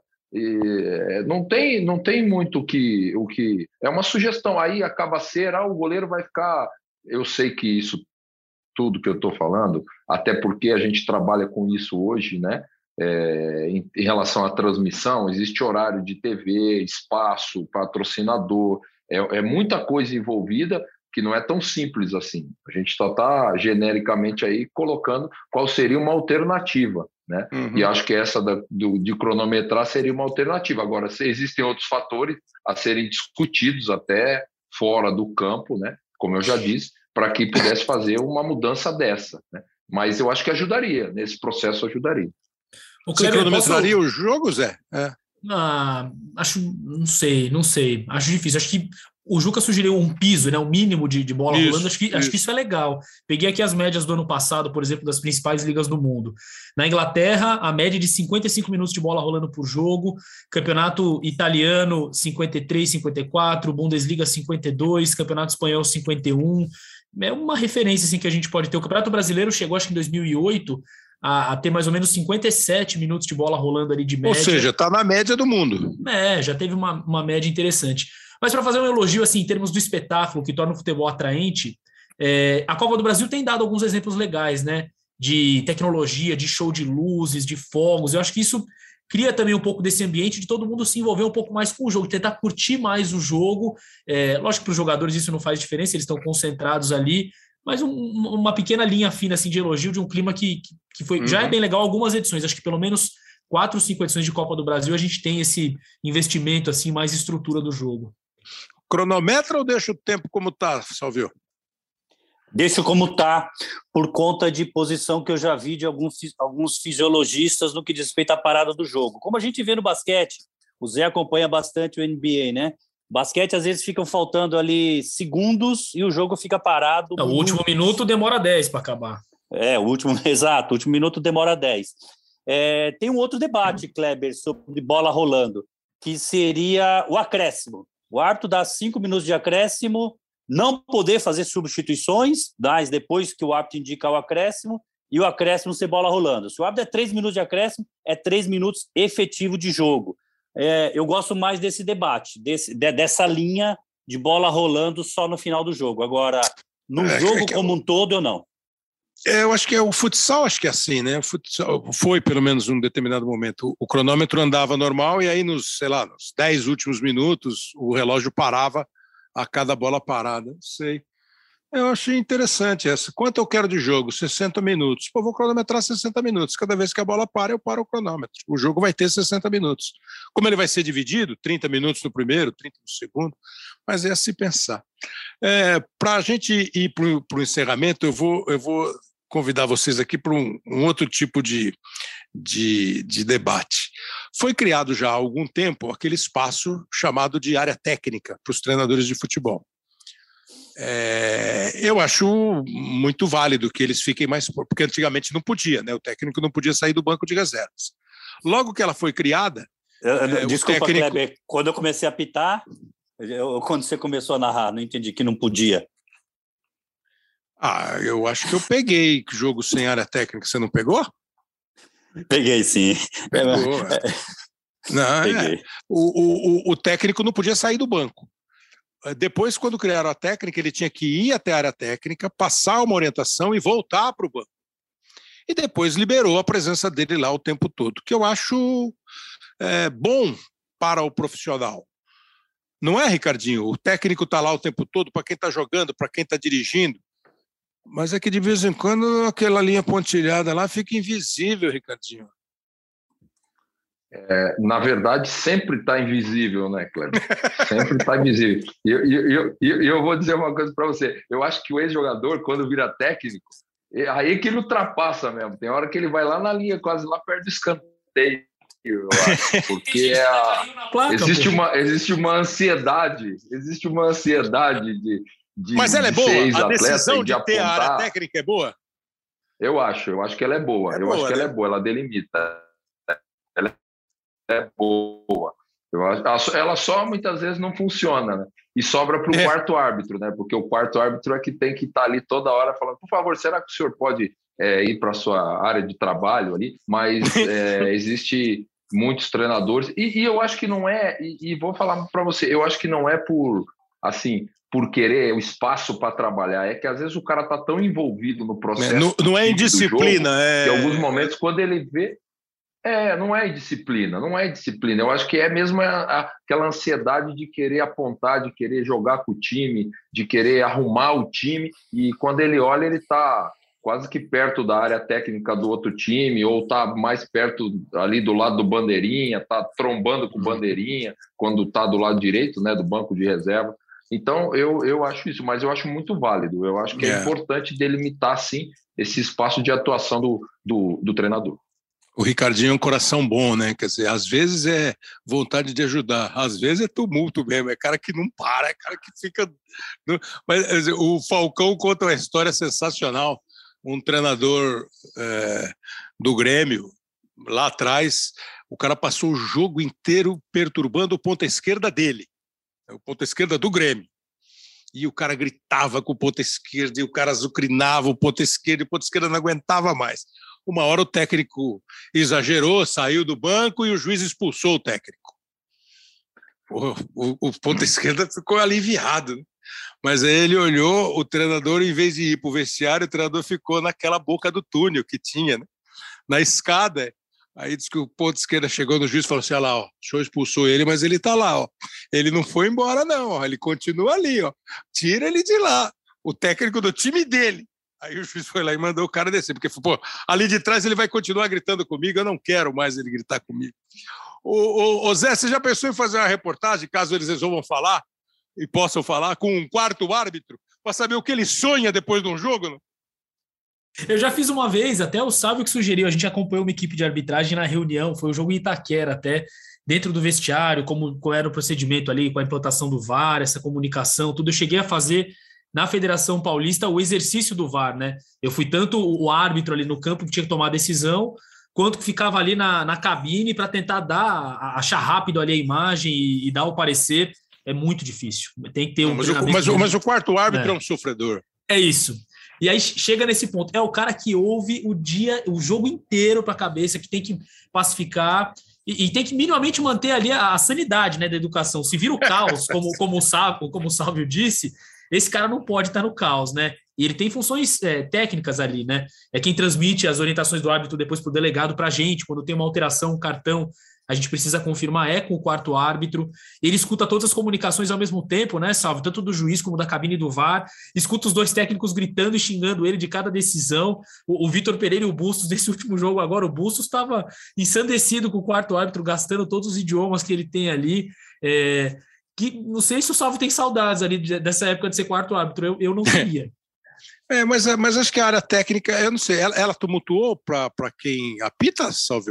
E não tem, não tem muito o que, o que... É uma sugestão. Aí acaba a cera, ah, o goleiro vai ficar... Eu sei que isso, tudo que eu estou falando, até porque a gente trabalha com isso hoje, né? É, em, em relação à transmissão, existe horário de T V, espaço, patrocinador, é, é muita coisa envolvida que não é tão simples assim. A gente só está genericamente aí colocando qual seria uma alternativa, né? Uhum. E acho que essa da, do, de cronometrar seria uma alternativa. Agora, se existem outros fatores a serem discutidos até fora do campo, né? Como eu já disse, para que pudesse fazer uma mudança dessa, né? Mas eu acho que ajudaria, nesse processo ajudaria. O Você cronometraria posso... o jogo, Zé? É. Ah, acho, não sei, não sei. Acho difícil. Acho que o Juca sugeriu um piso, né, um mínimo de, de bola isso, rolando. Acho que, isso. acho que isso é legal. Peguei aqui as médias do ano passado, por exemplo, das principais ligas do mundo. Na Inglaterra, a média de cinquenta e cinco minutos de bola rolando por jogo. Campeonato italiano, cinquenta e três, cinquenta e quatro. Bundesliga, cinquenta e dois. Campeonato espanhol, cinquenta e um. É uma referência assim, que a gente pode ter. O Campeonato Brasileiro chegou, acho que em dois mil e oito, a, a ter mais ou menos cinquenta e sete minutos de bola rolando ali de média. Ou seja, está na média do mundo. É, já teve uma, uma média interessante. Mas para fazer um elogio assim, em termos do espetáculo que torna o futebol atraente, é, a Copa do Brasil tem dado alguns exemplos legais, né? De tecnologia, de show de luzes, de fogos. Eu acho que isso cria também um pouco desse ambiente de todo mundo se envolver um pouco mais com o jogo, tentar curtir mais o jogo. É, lógico que para os jogadores isso não faz diferença, eles estão concentrados ali, mas um, uma pequena linha fina assim, de elogio de um clima que, que foi, uhum. já é bem legal algumas edições. Acho que pelo menos quatro ou cinco edições de Copa do Brasil a gente tem esse investimento, assim, mais estrutura do jogo. Cronometra ou deixa o tempo como está, Salvio? Deixo como está, por conta de posição que eu já vi de alguns, alguns fisiologistas no que diz respeito à parada do jogo. Como a gente vê no basquete, o Zé acompanha bastante o N B A, né? Basquete, às vezes, ficam faltando ali segundos e o jogo fica parado. Não, o último minuto demora dez para acabar. É, o último, exato, o último minuto demora dez. É, tem um outro debate, Kleber, sobre bola rolando, que seria o acréscimo. O árbitro dá cinco minutos de acréscimo, não poder fazer substituições, mas depois que o árbitro indica o acréscimo, e o acréscimo ser bola rolando. Se o árbitro é três minutos de acréscimo, é três minutos efetivo de jogo. É, eu gosto mais desse debate, desse, de, dessa linha de bola rolando só no final do jogo. Agora, no é, jogo é que, como um todo, eu não. É, eu acho que é o futsal, acho que é assim, né? O futsal foi, pelo menos, num determinado momento. O cronômetro andava normal e aí, nos, sei lá, nos dez últimos minutos, o relógio parava a cada bola parada. Sei. Eu achei interessante essa. Quanto eu quero de jogo? sessenta minutos. Pô, vou cronometrar sessenta minutos. Cada vez que a bola para, eu paro o cronômetro. O jogo vai ter sessenta minutos. Como ele vai ser dividido, trinta minutos no primeiro, trinta no segundo, mas é a se pensar. É, para a gente ir para o encerramento, eu vou, eu vou convidar vocês aqui para um, um outro tipo de, de, de debate. Foi criado já há algum tempo aquele espaço chamado de área técnica para os treinadores de futebol. É, eu acho muito válido que eles fiquem mais... Porque antigamente não podia, né? O técnico não podia sair do banco de reservas. Logo que ela foi criada... Eu, é, desculpa, técnico... Kleber, quando eu comecei a apitar, eu, quando você começou a narrar, não entendi que não podia. Ah, eu acho que eu peguei jogo sem área técnica. Você não pegou? Peguei, sim. Pegou. É. Não, Peguei. É. O, o, o técnico não podia sair do banco. Depois, quando criaram a técnica, ele tinha que ir até a área técnica, passar uma orientação e voltar para o banco. E depois liberou a presença dele lá o tempo todo, que eu acho é, bom para o profissional. Não é, Ricardinho? O técnico está lá o tempo todo para quem está jogando, para quem está dirigindo. Mas é que de vez em quando aquela linha pontilhada lá fica invisível, Ricardinho. É, na verdade, sempre está invisível, né, Kleber? Sempre está invisível. E eu, eu, eu, eu vou dizer uma coisa para você. Eu acho que o ex-jogador, quando vira técnico, aí que ele ultrapassa mesmo. Tem hora que ele vai lá na linha, quase lá perto do escanteio, eu acho. Porque é a, existe, uma, existe uma ansiedade, existe uma ansiedade de, de Mas ela é boa? A decisão de, de ter a área técnica é boa? Eu acho, eu acho que ela é boa. É eu boa, acho que né? ela é boa, ela delimita. Ela é boa. Eu acho, ela só muitas vezes não funciona, né? E sobra para o é. quarto árbitro, né? Porque o quarto árbitro é que tem que estar tá ali toda hora falando, por favor, será que o senhor pode é, ir para a sua área de trabalho ali? Mas é, existe muitos treinadores, e, e eu acho que não é, e, e vou falar para você, eu acho que não é por, assim, por querer o espaço para trabalhar, é que às vezes o cara está tão envolvido no processo. Não, não é indisciplina, jogo, é... que em alguns momentos, quando ele vê, É, não é disciplina, não é disciplina. Eu acho que é mesmo a, a, aquela ansiedade de querer apontar, de querer jogar com o time, de querer arrumar o time, e quando ele olha, ele está quase que perto da área técnica do outro time, ou está mais perto ali do lado do bandeirinha, está trombando com o bandeirinha, quando está do lado direito, né, do banco de reserva. Então, eu, eu acho isso, mas eu acho muito válido. Eu acho que é, é importante delimitar, sim, esse espaço de atuação do, do, do treinador. O Ricardinho é um coração bom, né? Quer dizer, às vezes é vontade de ajudar, às vezes é tumulto mesmo, é cara que não para, é cara que fica... Mas o Falcão conta uma história sensacional. Um treinador é, do Grêmio, lá atrás, o cara passou o jogo inteiro perturbando o ponta esquerda dele, o ponta esquerda do Grêmio. E o cara gritava com o ponta esquerda, e o cara azucrinava o ponta esquerda, e o ponta esquerda não aguentava mais. Uma hora o técnico exagerou, saiu do banco e o juiz expulsou o técnico. O, o, o ponta esquerda ficou aliviado, né? Mas aí ele olhou, o treinador, em vez de ir para o vestiário, o treinador ficou naquela boca do túnel que tinha, né? Na escada. Aí disse que o ponta esquerda chegou no juiz e falou assim: olha lá, ó, o senhor expulsou ele, mas ele está lá, ó. Ele não foi embora, não, ó, ele continua ali, ó. Tira ele de lá, o técnico do time dele. Aí o juiz foi lá e mandou o cara descer, porque, pô, ali de trás ele vai continuar gritando comigo, eu não quero mais ele gritar comigo. Ô, ô, ô Zé, você já pensou em fazer uma reportagem, caso eles resolvam falar, e possam falar, com um quarto árbitro, para saber o que ele sonha depois de um jogo? Não? Eu já fiz uma vez, até o Sávio que sugeriu, a gente acompanhou uma equipe de arbitragem na reunião, foi o jogo em Itaquera até, dentro do vestiário, como, qual era o procedimento ali, com a implantação do V A R, essa comunicação, tudo. Eu cheguei a fazer na Federação Paulista o exercício do V A R, né? Eu fui tanto o árbitro ali no campo que tinha que tomar a decisão, quanto que ficava ali na, na cabine para tentar dar, achar rápido ali a imagem e, e dar o parecer. É muito difícil. Tem que ter um. Não, mas, o, mas, o, mas o quarto árbitro é. é um sofredor. É isso. E aí chega nesse ponto. É o cara que ouve o dia, o jogo inteiro para a cabeça, que tem que pacificar e, e tem que minimamente manter ali a, a sanidade, né, da educação. Se vira o caos, como, como, o Sávio, como o Sávio disse, esse cara não pode estar no caos, né? E ele tem funções é, técnicas ali, né? É quem transmite as orientações do árbitro depois para o delegado, para a gente. Quando tem uma alteração, um cartão, a gente precisa confirmar, é com o quarto árbitro. Ele escuta todas as comunicações ao mesmo tempo, né, Salve? Tanto do juiz como da cabine do V A R. Escuta os dois técnicos gritando e xingando ele de cada decisão. O, o Vitor Pereira e o Bustos, nesse último jogo agora, o Bustos estava ensandecido com o quarto árbitro, gastando todos os idiomas que ele tem ali. É, que não sei se o Salve tem saudades ali dessa época de ser quarto árbitro. Eu, eu não queria. É, mas, mas acho que a área técnica, eu não sei, ela, ela tumultuou para quem apita, Salve?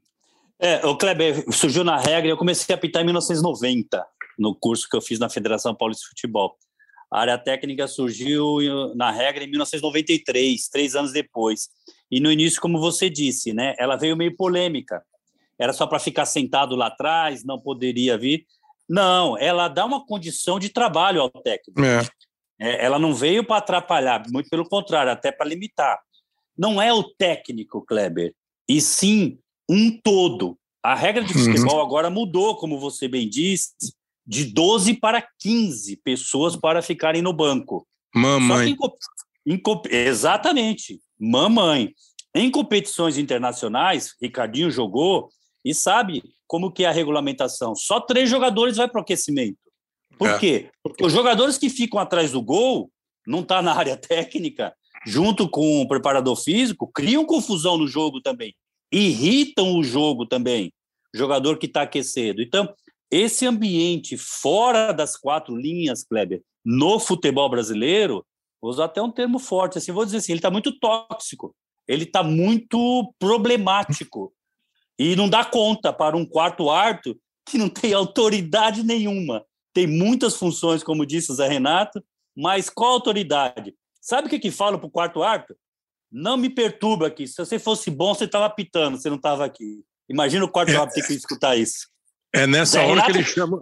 É, o Kleber, surgiu na regra, eu comecei a apitar em mil novecentos e noventa, no curso que eu fiz na Federação Paulista de Futebol. A área técnica surgiu na regra em mil novecentos e noventa e três, três anos depois. E no início, como você disse, né, ela veio meio polêmica. Era só para ficar sentado lá atrás, não poderia vir. Não, ela dá uma condição de trabalho ao técnico. É. É, ela não veio para atrapalhar, muito pelo contrário, até para limitar. Não é o técnico, Kleber, e sim um todo. A regra de futebol uhum. agora mudou, como você bem disse, de doze para quinze pessoas para ficarem no banco. Mamãe. Só que em, em, exatamente, mamãe. Em competições internacionais, Ricardinho jogou e sabe como que é a regulamentação. Só três jogadores vai para o aquecimento. Por é. quê? Porque os jogadores que ficam atrás do gol, não está na área técnica, junto com o preparador físico, criam confusão no jogo também. Irritam o jogo também, o jogador que está aquecendo. Então, esse ambiente fora das quatro linhas, Kleber, no futebol brasileiro, vou usar até um termo forte, assim, vou dizer assim, ele está muito tóxico, ele está muito problemático e não dá conta para um quarto árbitro que não tem autoridade nenhuma. Tem muitas funções, como disse o Zé Renato, mas qual autoridade? Sabe o que que falo para o quarto árbitro? Não me perturba aqui. Se você fosse bom, você estava apitando, você não estava aqui. Imagina o quarto árbitro ter que escutar isso. É nessa Zé hora Renato, que ele chama...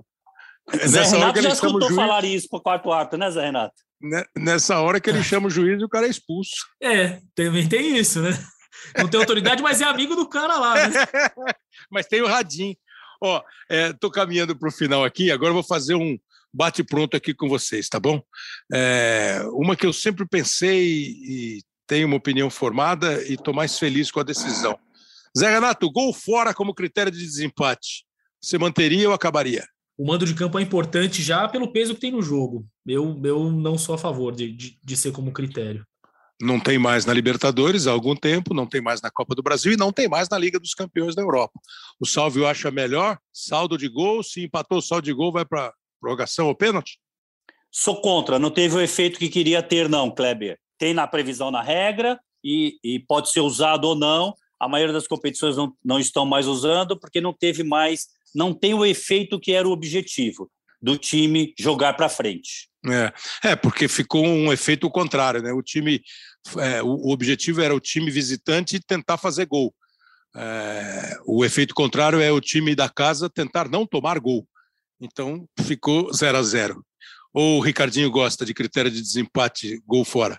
É Zé nessa Renato hora que ele já escutou chama o juiz... falar isso para o quarto árbitro, né, Zé Renato? Nessa hora que ele chama o juiz e o cara é expulso. É, também tem isso, né? Não tem autoridade, mas é amigo do cara lá, né? Mas tem o radinho. Ó, estou é, caminhando para o final aqui, agora eu vou fazer um bate-pronto aqui com vocês, tá bom? É, uma que eu sempre pensei e tenho uma opinião formada e estou mais feliz com a decisão. Zé Renato, gol fora como critério de desempate. Você manteria ou acabaria? O mando de campo é importante já pelo peso que tem no jogo. Eu, eu não sou a favor de, de, de ser como critério. Não tem mais na Libertadores há algum tempo, não tem mais na Copa do Brasil e não tem mais na Liga dos Campeões da Europa. O Salvio acha melhor saldo de gol, se empatou o saldo de gol vai para prorrogação ou pênalti? Sou contra, não teve o efeito que queria ter, não, Kleber. Tem na previsão, na regra, e, e pode ser usado ou não. A maioria das competições não, não estão mais usando, porque não teve mais, não tem o efeito que era o objetivo do time jogar para frente. É, é, porque ficou um efeito contrário, né? O time, é, o, o objetivo era o time visitante tentar fazer gol. É, o efeito contrário é o time da casa tentar não tomar gol. Então ficou zero a zero. Ou o Ricardinho gosta de critério de desempate, gol fora?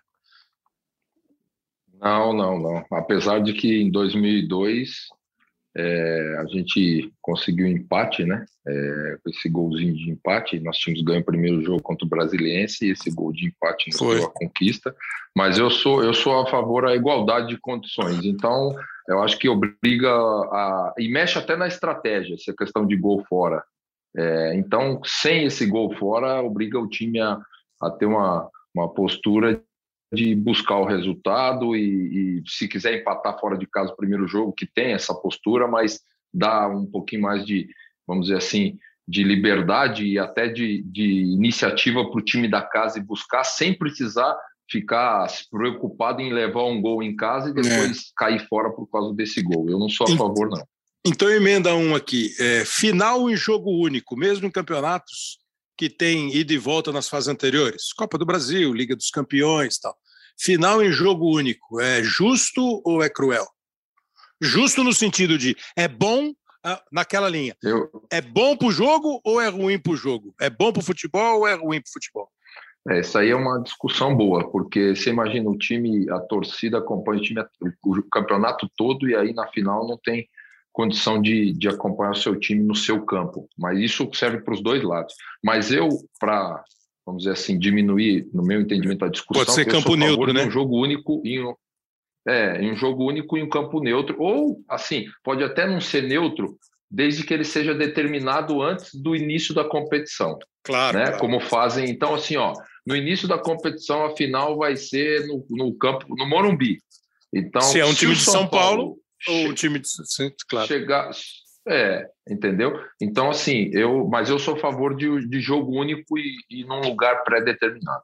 Não, não, não. Apesar de que em dois mil e dois é, a gente conseguiu empate, né? É, esse golzinho de empate, nós tínhamos ganho o primeiro jogo contra o Brasiliense e esse gol de empate nos deu a conquista. Mas eu sou, eu sou a favor da igualdade de condições. Então, eu acho que obriga a... E mexe até na estratégia, essa questão de gol fora. É, então, sem esse gol fora, obriga o time a, a ter uma, uma postura de buscar o resultado e, e, se quiser empatar fora de casa o primeiro jogo, que tem essa postura, mas dá um pouquinho mais de, vamos dizer assim, de liberdade e até de, de iniciativa para o time da casa e buscar sem precisar ficar preocupado em levar um gol em casa e depois é. cair fora por causa desse gol. Eu não sou a favor, não. Então, emenda um aqui. É, final em jogo único, mesmo em campeonatos que tem ida e volta nas fases anteriores. Copa do Brasil, Liga dos Campeões e tal. Final em jogo único, é justo ou é cruel? Justo no sentido de é bom naquela linha. Eu... É bom para o jogo ou é ruim para o jogo? É bom para o futebol ou é ruim para o futebol? É, essa aí é uma discussão boa, porque você imagina o time, a torcida acompanha o time, o campeonato todo, e aí na final não tem condição de, de acompanhar o seu time no seu campo. Mas isso serve para os dois lados. Mas eu, para, vamos dizer assim, diminuir, no meu entendimento, a discussão... Pode ser campo neutro, né? Um jogo único em um, é, em um jogo único em um campo neutro. Ou, assim, pode até não ser neutro, desde que ele seja determinado antes do início da competição. Claro, né? claro. Como fazem... Então, assim, ó, no início da competição, a final vai ser no, no campo, no Morumbi. Então, se é um se time de São Paulo... Paulo Ou o time de... Sim, claro. Chegar, é, entendeu? Então, assim, eu, mas eu sou a favor de, de jogo único e, e num lugar pré-determinado.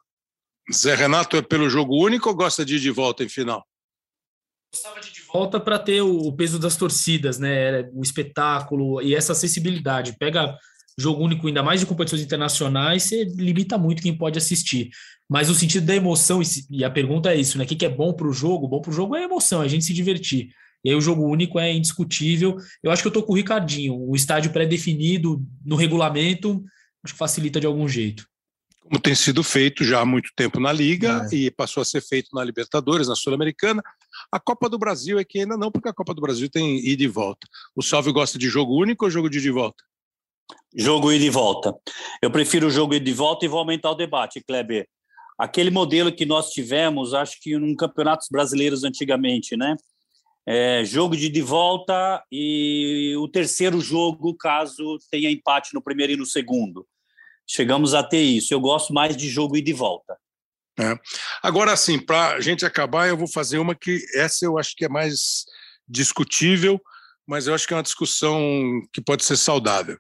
Zé Renato é pelo jogo único ou gosta de ir de volta em final? Gostava de ir de volta para ter o peso das torcidas, né? O espetáculo e essa acessibilidade. Pega jogo único, ainda mais de competições internacionais, você limita muito quem pode assistir. Mas o sentido da emoção, e a pergunta é isso, né? O que é bom para o jogo? Bom para o jogo é a emoção, é a gente se divertir. E aí o jogo único é indiscutível. Eu acho que eu estou com o Ricardinho. O estádio pré-definido no regulamento, acho que facilita de algum jeito. Como tem sido feito já há muito tempo na Liga é. e passou a ser feito na Libertadores, na Sul-Americana. A Copa do Brasil é que ainda não, porque a Copa do Brasil tem ida e volta. O Salve gosta de jogo único ou jogo de ida e volta? Jogo ida e volta. Eu prefiro o jogo ida e volta e vou aumentar o debate, Kleber. Aquele modelo que nós tivemos, acho que em campeonatos brasileiros antigamente, né? É, jogo de ida e volta e o terceiro jogo, caso tenha empate no primeiro e no segundo. Chegamos a ter isso. Eu gosto mais de jogo ida e volta. É. Agora, assim, para a gente acabar, eu vou fazer uma que essa eu acho que é mais discutível, mas eu acho que é uma discussão que pode ser saudável.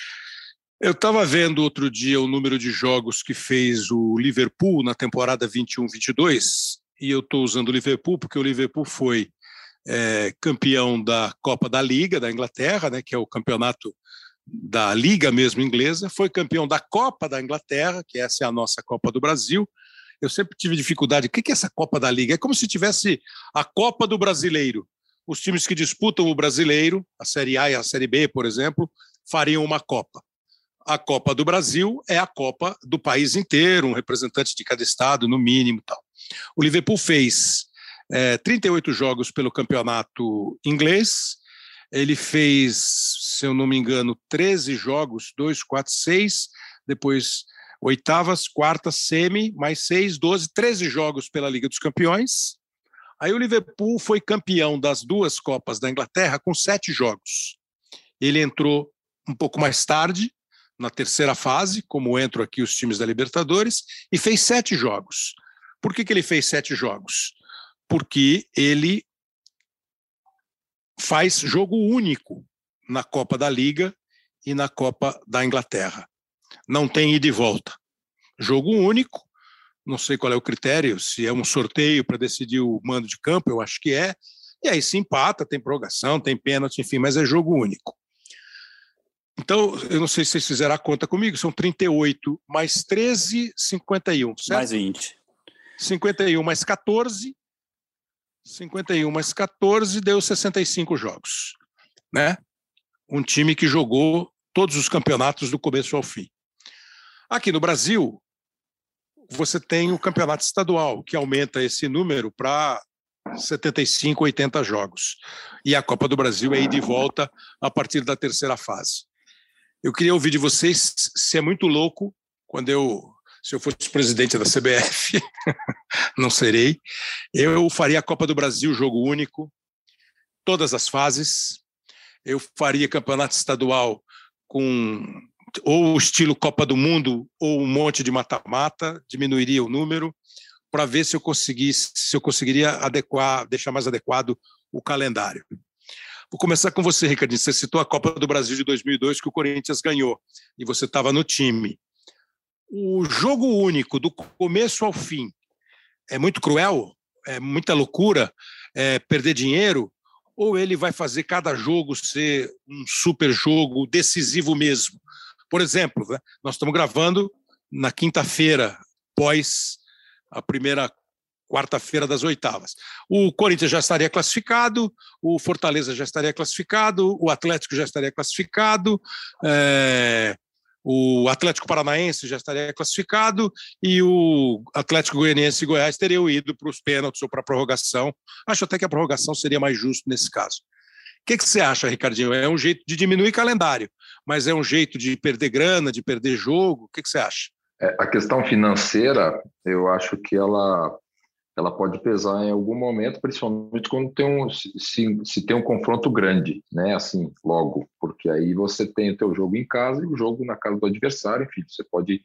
Eu estava vendo outro dia o número de jogos que fez o Liverpool na temporada vinte e um vinte e dois, e eu estou usando o Liverpool porque o Liverpool foi É, campeão da Copa da Liga da Inglaterra, né, que é o campeonato da Liga mesmo inglesa, foi campeão da Copa da Inglaterra, que essa é a nossa Copa do Brasil. Eu sempre tive dificuldade, o que é essa Copa da Liga? É como se tivesse a Copa do Brasileiro. Os times que disputam o Brasileiro, a Série A e a Série B, por exemplo, fariam uma Copa. A Copa do Brasil é a Copa do país inteiro, um representante de cada estado, no mínimo. Tal. O Liverpool fez É, trinta e oito jogos pelo campeonato inglês, ele fez, se eu não me engano, treze jogos, dois, quatro, seis, depois oitavas, quartas, semi, mais seis, doze, treze jogos pela Liga dos Campeões. Aí o Liverpool foi campeão das duas Copas da Inglaterra com sete jogos. Ele entrou um pouco mais tarde, na terceira fase, como entram aqui os times da Libertadores, e fez sete jogos. Por que que ele fez sete jogos? Porque ele faz jogo único na Copa da Liga e na Copa da Inglaterra. Não tem ida e volta. jogo único. Não sei qual é o critério, se é um sorteio para decidir o mando de campo, eu acho que é. E aí se empata, tem prorrogação, tem pênalti, enfim, mas é jogo único. Então, eu não sei se vocês fizeram a conta comigo, são trinta e oito mais treze, cinquenta e um, certo? Mais vinte. cinquenta e um mais quatorze, cinquenta e um mais quatorze deu sessenta e cinco jogos, né? Um time que jogou todos os campeonatos do começo ao fim. Aqui no Brasil, você tem o campeonato estadual, que aumenta esse número para setenta e cinco, oitenta jogos. E a Copa do Brasil é ir de volta a partir da terceira fase. Eu queria ouvir de vocês se é muito louco, quando eu, se eu fosse presidente da C B F, não serei, eu faria a Copa do Brasil jogo único, todas as fases, eu faria campeonato estadual com ou o estilo Copa do Mundo ou um monte de mata-mata, diminuiria o número, para ver se eu conseguisse, se eu conseguiria adequar, deixar mais adequado o calendário. Vou começar com você, Ricardinho. Você citou a Copa do Brasil de dois mil e dois, que o Corinthians ganhou, e você estava no time. O jogo único, do começo ao fim, é muito cruel? É muita loucura? É perder dinheiro? Ou ele vai fazer cada jogo ser um super jogo decisivo mesmo? Por exemplo, né, nós estamos gravando na quinta-feira, pós a primeira quarta-feira das oitavas. O Corinthians já estaria classificado, o Fortaleza já estaria classificado, o Atlético já estaria classificado, é, o Atlético Paranaense já estaria classificado e o Atlético Goianiense e Goiás teriam ido para os pênaltis ou para a prorrogação. Acho até que a prorrogação seria mais justo nesse caso. O que, que você acha, Ricardinho? É um jeito de diminuir calendário, mas é um jeito de perder grana, de perder jogo? O que, que você acha? É, a questão financeira, eu acho que ela, ela pode pesar em algum momento, principalmente quando tem um, se, se tem um confronto grande, né? Assim, logo, porque aí você tem o teu jogo em casa e o jogo na casa do adversário, enfim, você pode...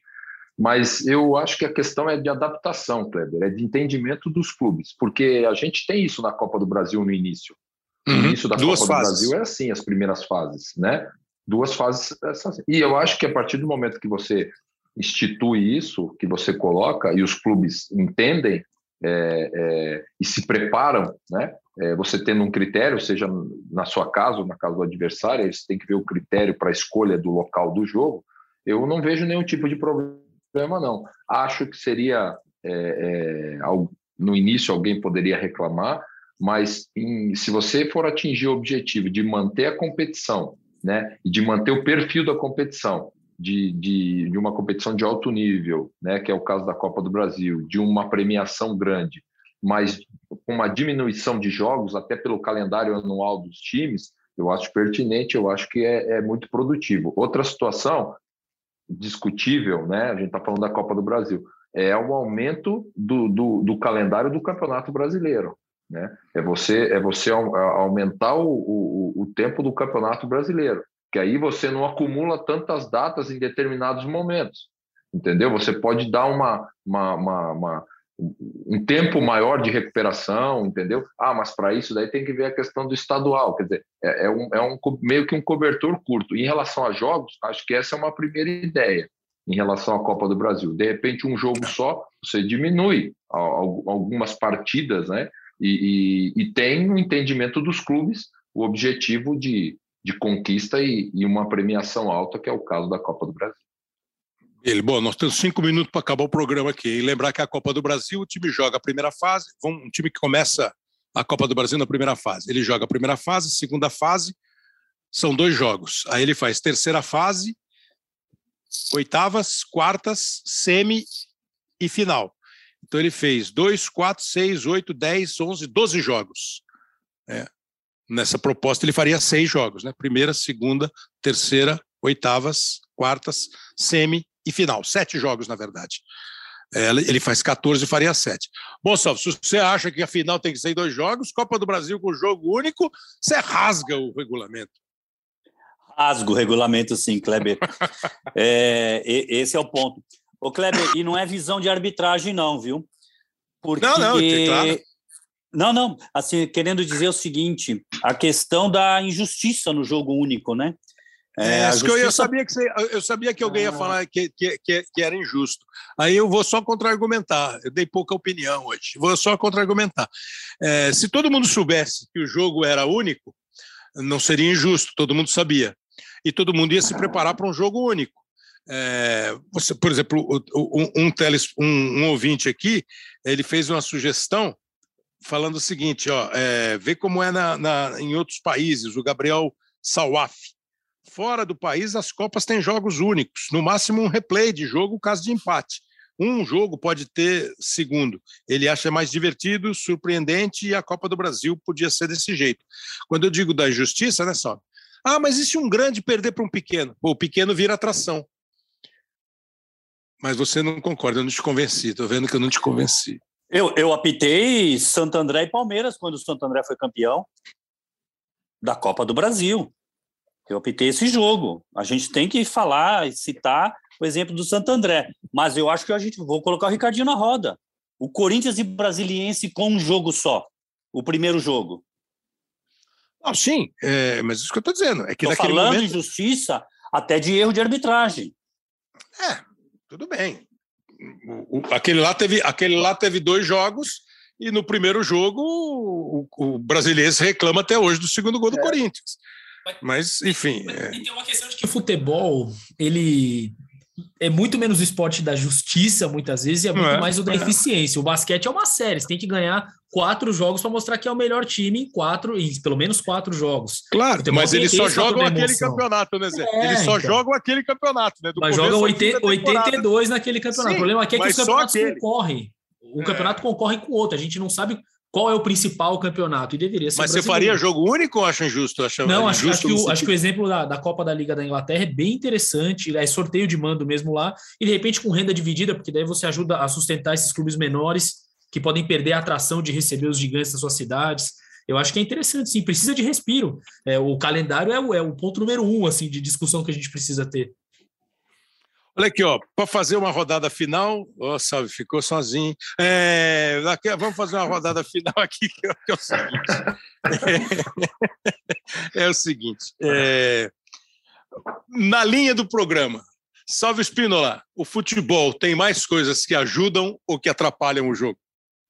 Mas eu acho que a questão é de adaptação, Kleber, é de entendimento dos clubes, porque a gente tem isso na Copa do Brasil no início. No uhum. início da Duas Copa fases. do Brasil é assim, as primeiras fases, né? Duas fases. Assim. E eu acho que a partir do momento que você institui isso, que você coloca, e os clubes entendem é, é, e se preparam, né? É, você tendo um critério, seja na sua casa ou na casa do adversário, eles têm que ver o critério para a escolha do local do jogo, eu não vejo nenhum tipo de problema, não. Acho que seria, é, é, no início alguém poderia reclamar, mas em, se você for atingir o objetivo de manter a competição, né, e de manter o perfil da competição, de, de, de uma competição de alto nível, né, que é o caso da Copa do Brasil, de uma premiação grande, mas com uma diminuição de jogos, até pelo calendário anual dos times, eu acho pertinente, eu acho que é, é muito produtivo. Outra situação discutível, né, a gente está falando da Copa do Brasil, é o aumento do, do, do calendário do Campeonato Brasileiro. Né? É você, é você aumentar o, o, o tempo do Campeonato Brasileiro, que aí você não acumula tantas datas em determinados momentos, entendeu? Você pode dar uma, uma, uma, uma, um tempo maior de recuperação, entendeu? Ah, mas para isso daí tem que ver a questão do estadual, quer dizer, é, é, um, é um, meio que um cobertor curto. Em relação a jogos, acho que essa é uma primeira ideia, em relação à Copa do Brasil. De repente, um jogo só, você diminui algumas partidas, né? E, e, e tem um entendimento dos clubes, o objetivo de, de conquista e, e uma premiação alta, que é o caso da Copa do Brasil. Ele, bom, nós temos cinco minutos para acabar o programa aqui. E lembrar que a Copa do Brasil, o time joga a primeira fase, um time que começa a Copa do Brasil na primeira fase. Ele joga a primeira fase, segunda fase, são dois jogos. Aí ele faz terceira fase, oitavas, quartas, semi e final. Então ele fez dois, quatro, seis, oito, dez, onze, doze jogos. É. Nessa proposta ele faria seis jogos, né? Primeira, segunda, terceira, oitavas, quartas, semi e final. Sete jogos, na verdade. É, ele faz quatorze e faria sete. Bom, Salvo, se você acha que a final tem que ser dois jogos, Copa do Brasil com jogo único, você rasga o regulamento. Rasga o regulamento, sim, Kleber. é, esse é o ponto. Ô, Kleber, e não é visão de arbitragem, não, viu? Porque... Não, não, é claro. Não, não, assim, querendo dizer o seguinte, a questão da injustiça no jogo único, né? É, é justiça... eu, sabia que você, eu sabia que alguém ia falar que, que, que, que era injusto. Aí eu vou só contra-argumentar. Eu dei pouca opinião hoje. Vou só contra-argumentar. É, se todo mundo soubesse que o jogo era único, não seria injusto, todo mundo sabia. E todo mundo ia se preparar para um jogo único. É, você, por exemplo, um, um, teles, um, um ouvinte aqui, ele fez uma sugestão falando o seguinte, ó, é, vê como é na, na, em outros países, o Gabriel Sawaf. Fora do país, as Copas têm jogos únicos, no máximo um replay de jogo, caso de empate. Um jogo pode ter segundo. Ele acha mais divertido, surpreendente, e a Copa do Brasil podia ser desse jeito. Quando eu digo da injustiça, né, só? Ah, mas e se um grande perder para um pequeno? Pô, o pequeno vira atração. Mas você não concorda, eu não te convenci. Estou vendo que eu não te convenci. Eu, eu apitei Santo André e Palmeiras quando o Santo André foi campeão da Copa do Brasil. Eu apitei esse jogo. A gente tem que falar e citar o exemplo do Santo André. Mas eu acho que a gente vou colocar o Ricardinho na roda. O Corinthians e Brasiliense com um jogo só. O primeiro jogo. Ah, sim, é, mas isso que eu estou dizendo. É que Estou falando momento... de justiça, até de erro de arbitragem. É, tudo bem. O, o, aquele, lá teve, aquele lá teve dois jogos e no primeiro jogo o, o Brasiliense reclama até hoje do segundo gol do é. Corinthians. Mas, enfim... Mas, é... E tem uma questão de que o futebol, ele... é muito menos o esporte da justiça, muitas vezes, e é muito é, mais o da é. eficiência. O basquete é uma série, você tem que ganhar quatro jogos para mostrar que é o melhor time em quatro, em pelo menos quatro jogos. Claro, mas eles só jogam aquele campeonato, né, Zé? É, eles só então. jogam aquele campeonato, né? Do mas jogam oitenta, oitenta e dois naquele campeonato. Sim, o problema aqui é que os campeonatos concorrem. O é. campeonato concorre com o outro. A gente não sabe qual é o principal campeonato, e deveria ser. Mas você faria jogo único ou acha injusto? Acha não, injusto acho, acho, que o, acho que o exemplo da, da Copa da Liga da Inglaterra é bem interessante, é sorteio de mando mesmo lá, e de repente com renda dividida, porque daí você ajuda a sustentar esses clubes menores, que podem perder a atração de receber os gigantes das suas cidades. Eu acho que é interessante, sim, precisa de respiro. É, o calendário é o, é o ponto número um assim, de discussão que a gente precisa ter. Olha aqui, ó, para fazer uma rodada final, ó, oh, salve, ficou sozinho. É, aqui, vamos fazer uma rodada final aqui, que é, que é o seguinte. É, é o seguinte. É, na linha do programa, salve Spínola, o futebol tem mais coisas que ajudam ou que atrapalham o jogo?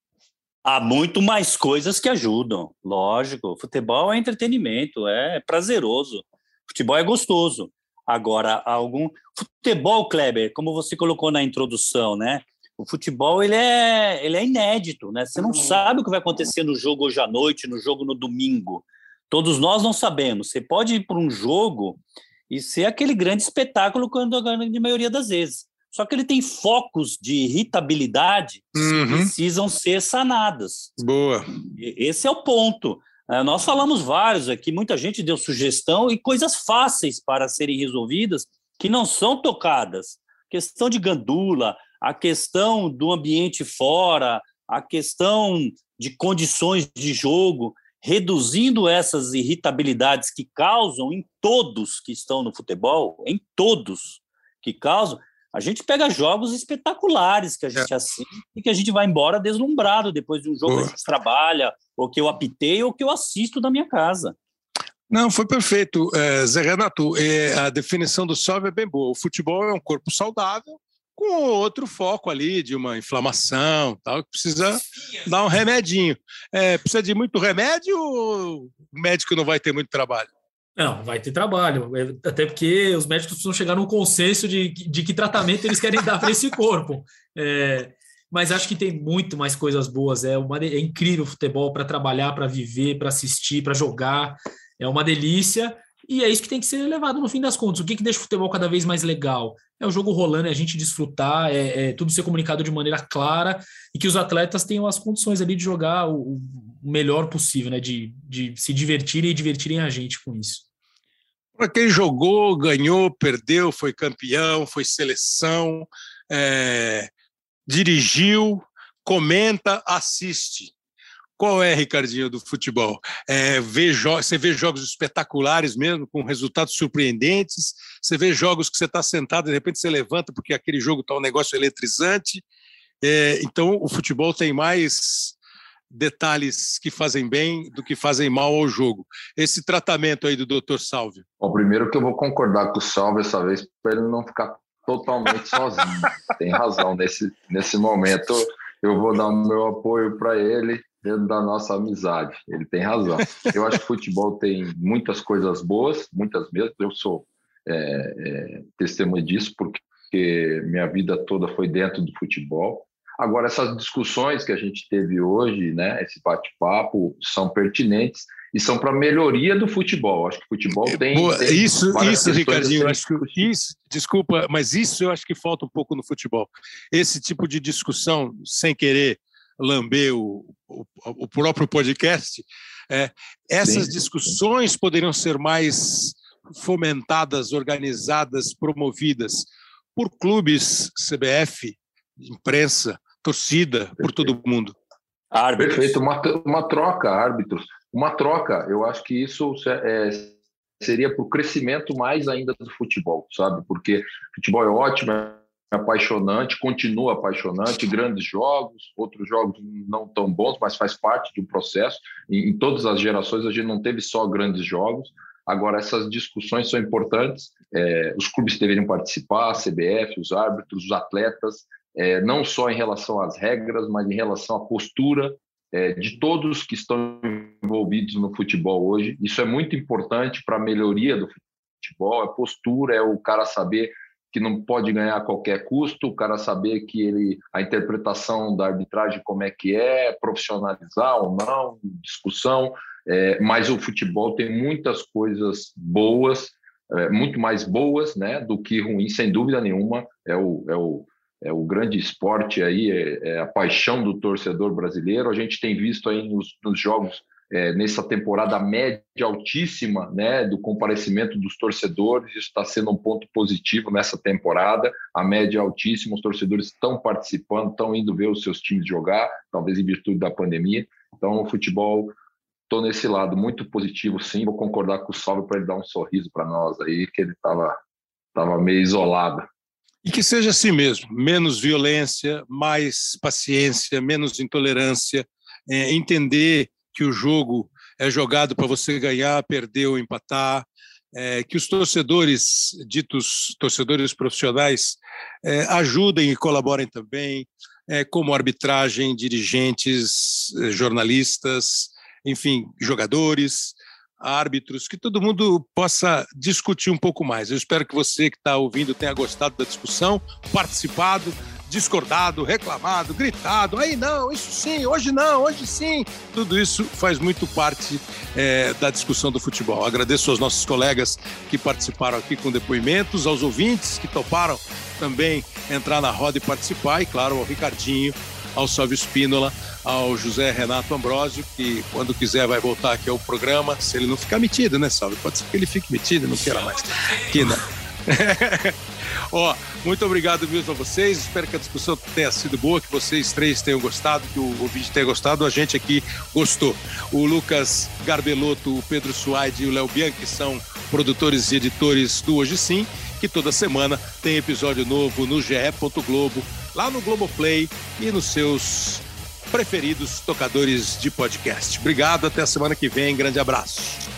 Há muito mais coisas que ajudam, lógico. Futebol é entretenimento, é prazeroso. Futebol é gostoso. Agora, algum futebol, Kleber, como você colocou na introdução, né? O futebol ele é, ele é inédito, né? Você não sabe o que vai acontecer no jogo hoje à noite, no jogo no domingo. Todos nós não sabemos. Você pode ir para um jogo e ser aquele grande espetáculo quando a grande maioria das vezes. Só que ele tem focos de irritabilidade uhum. que precisam ser sanados. Boa. Esse é o ponto. Nós falamos vários aqui, muita gente deu sugestão e coisas fáceis para serem resolvidas que não são tocadas. A questão de gandula, a questão do ambiente fora, a questão de condições de jogo, reduzindo essas irritabilidades que causam em todos que estão no futebol, em todos que causam, a gente pega jogos espetaculares que a gente é. assiste e que a gente vai embora deslumbrado depois de um jogo Boa. que a gente trabalha, ou que eu apitei, ou que eu assisto da minha casa. Não, foi perfeito, é, Zé Renato. É, a definição do Salve é bem boa. O futebol é um corpo saudável com outro foco ali de uma inflamação, tal, que precisa dar um remedinho. É, precisa de muito remédio ou o médico não vai ter muito trabalho? Não, vai ter trabalho, até porque os médicos precisam chegar num consenso de, de que tratamento eles querem dar para esse corpo. É, mas acho que tem muito mais coisas boas. É, uma, é incrível o futebol para trabalhar, para viver, para assistir, para jogar. É uma delícia e é isso que tem que ser levado no fim das contas. O que, que deixa o futebol cada vez mais legal? É o jogo rolando, é a gente desfrutar, é, é tudo ser comunicado de maneira clara e que os atletas tenham as condições ali de jogar o, o melhor possível, né? de, de se divertirem e divertirem a gente com isso. Para quem jogou, ganhou, perdeu, foi campeão, foi seleção, é, dirigiu, comenta, assiste. Qual é, Ricardinho, do futebol? É, vê jo- você vê jogos espetaculares mesmo, com resultados surpreendentes, você vê jogos que você está sentado, de repente você levanta porque aquele jogo está um negócio eletrizante. É, então, o futebol tem mais detalhes que fazem bem do que fazem mal ao jogo. Esse tratamento aí do doutor Salvio. Bom, primeiro que eu vou concordar com o Salvio essa vez, para ele não ficar totalmente sozinho. Tem razão, nesse, nesse momento eu vou dar o meu apoio para ele dentro da nossa amizade. Ele tem razão. Eu acho que o futebol tem muitas coisas boas, muitas mesmo. Eu sou é, é, testemunha disso, porque minha vida toda foi dentro do futebol. Agora, essas discussões que a gente teve hoje, né, esse bate-papo, são pertinentes e são para a melhoria do futebol. Acho que o futebol tem... Boa, tem isso, isso Ricardinho, acho que isso, desculpa, desculpa, mas isso eu acho que falta um pouco no futebol. Esse tipo de discussão, sem querer lamber o, o, o próprio podcast, é, essas sim, discussões sim. poderiam ser mais fomentadas, organizadas, promovidas por clubes, C B F, imprensa, torcida, perfeito. Por todo mundo. Árbitros. Perfeito, uma, uma troca, árbitros. Uma troca, eu acho que isso é, seria para o crescimento mais ainda do futebol, sabe? Porque futebol é ótimo, é apaixonante, continua apaixonante, grandes jogos, outros jogos não tão bons, mas faz parte do processo. Em, em todas as gerações a gente não teve só grandes jogos. Agora, essas discussões são importantes, é, os clubes deveriam participar, a C B F, os árbitros, os atletas, é, não só em relação às regras, mas em relação à postura é, de todos que estão envolvidos no futebol hoje. Isso é muito importante para a melhoria do futebol, a postura, é o cara saber que não pode ganhar a qualquer custo, o cara saber que ele, a interpretação da arbitragem como é que é, profissionalizar ou não, discussão, é, mas o futebol tem muitas coisas boas, é, muito mais boas, né, do que ruins, sem dúvida nenhuma. É o, é o, é o grande esporte aí, é, é a paixão do torcedor brasileiro. A gente tem visto aí nos, nos jogos, é, nessa temporada, a média altíssima, né, do comparecimento dos torcedores. Isso está sendo um ponto positivo nessa temporada, a média altíssima, os torcedores estão participando, estão indo ver os seus times jogar, talvez em virtude da pandemia. Então, o futebol, estou nesse lado muito positivo, sim. Vou concordar com o Salvio para ele dar um sorriso para nós aí, que ele estava tava meio isolado. E que seja assim mesmo, menos violência, mais paciência, menos intolerância, é, entender que o jogo é jogado para você ganhar, perder ou empatar, é, que os torcedores, ditos torcedores profissionais, é, ajudem e colaborem também, é, como arbitragem, dirigentes, jornalistas, enfim, jogadores, árbitros, que todo mundo possa discutir um pouco mais. Eu espero que você que está ouvindo tenha gostado da discussão, participado, discordado, reclamado, gritado, aí não, isso sim, hoje não, hoje sim. Tudo isso faz muito parte é, da discussão do futebol. Agradeço aos nossos colegas que participaram aqui com depoimentos, aos ouvintes que toparam também entrar na roda e participar, e claro, ao Ricardinho, ao Salvio Spínola, ao José Renato Ambrosio, que quando quiser vai voltar aqui ao programa, se ele não ficar metido, né, Salvio? Pode ser que ele fique metido e não queira mais. Que não. Ó, muito obrigado mesmo a vocês, espero que a discussão tenha sido boa, que vocês três tenham gostado, que o ouvinte tenha gostado, a gente aqui gostou. O Lucas Garbelotto, o Pedro Suaide e o Léo Bianchi são produtores e editores do Hoje Sim, que toda semana tem episódio novo no G E ponto Globo, lá no Globoplay e nos seus preferidos tocadores de podcast. Obrigado, até a semana que vem, grande abraço.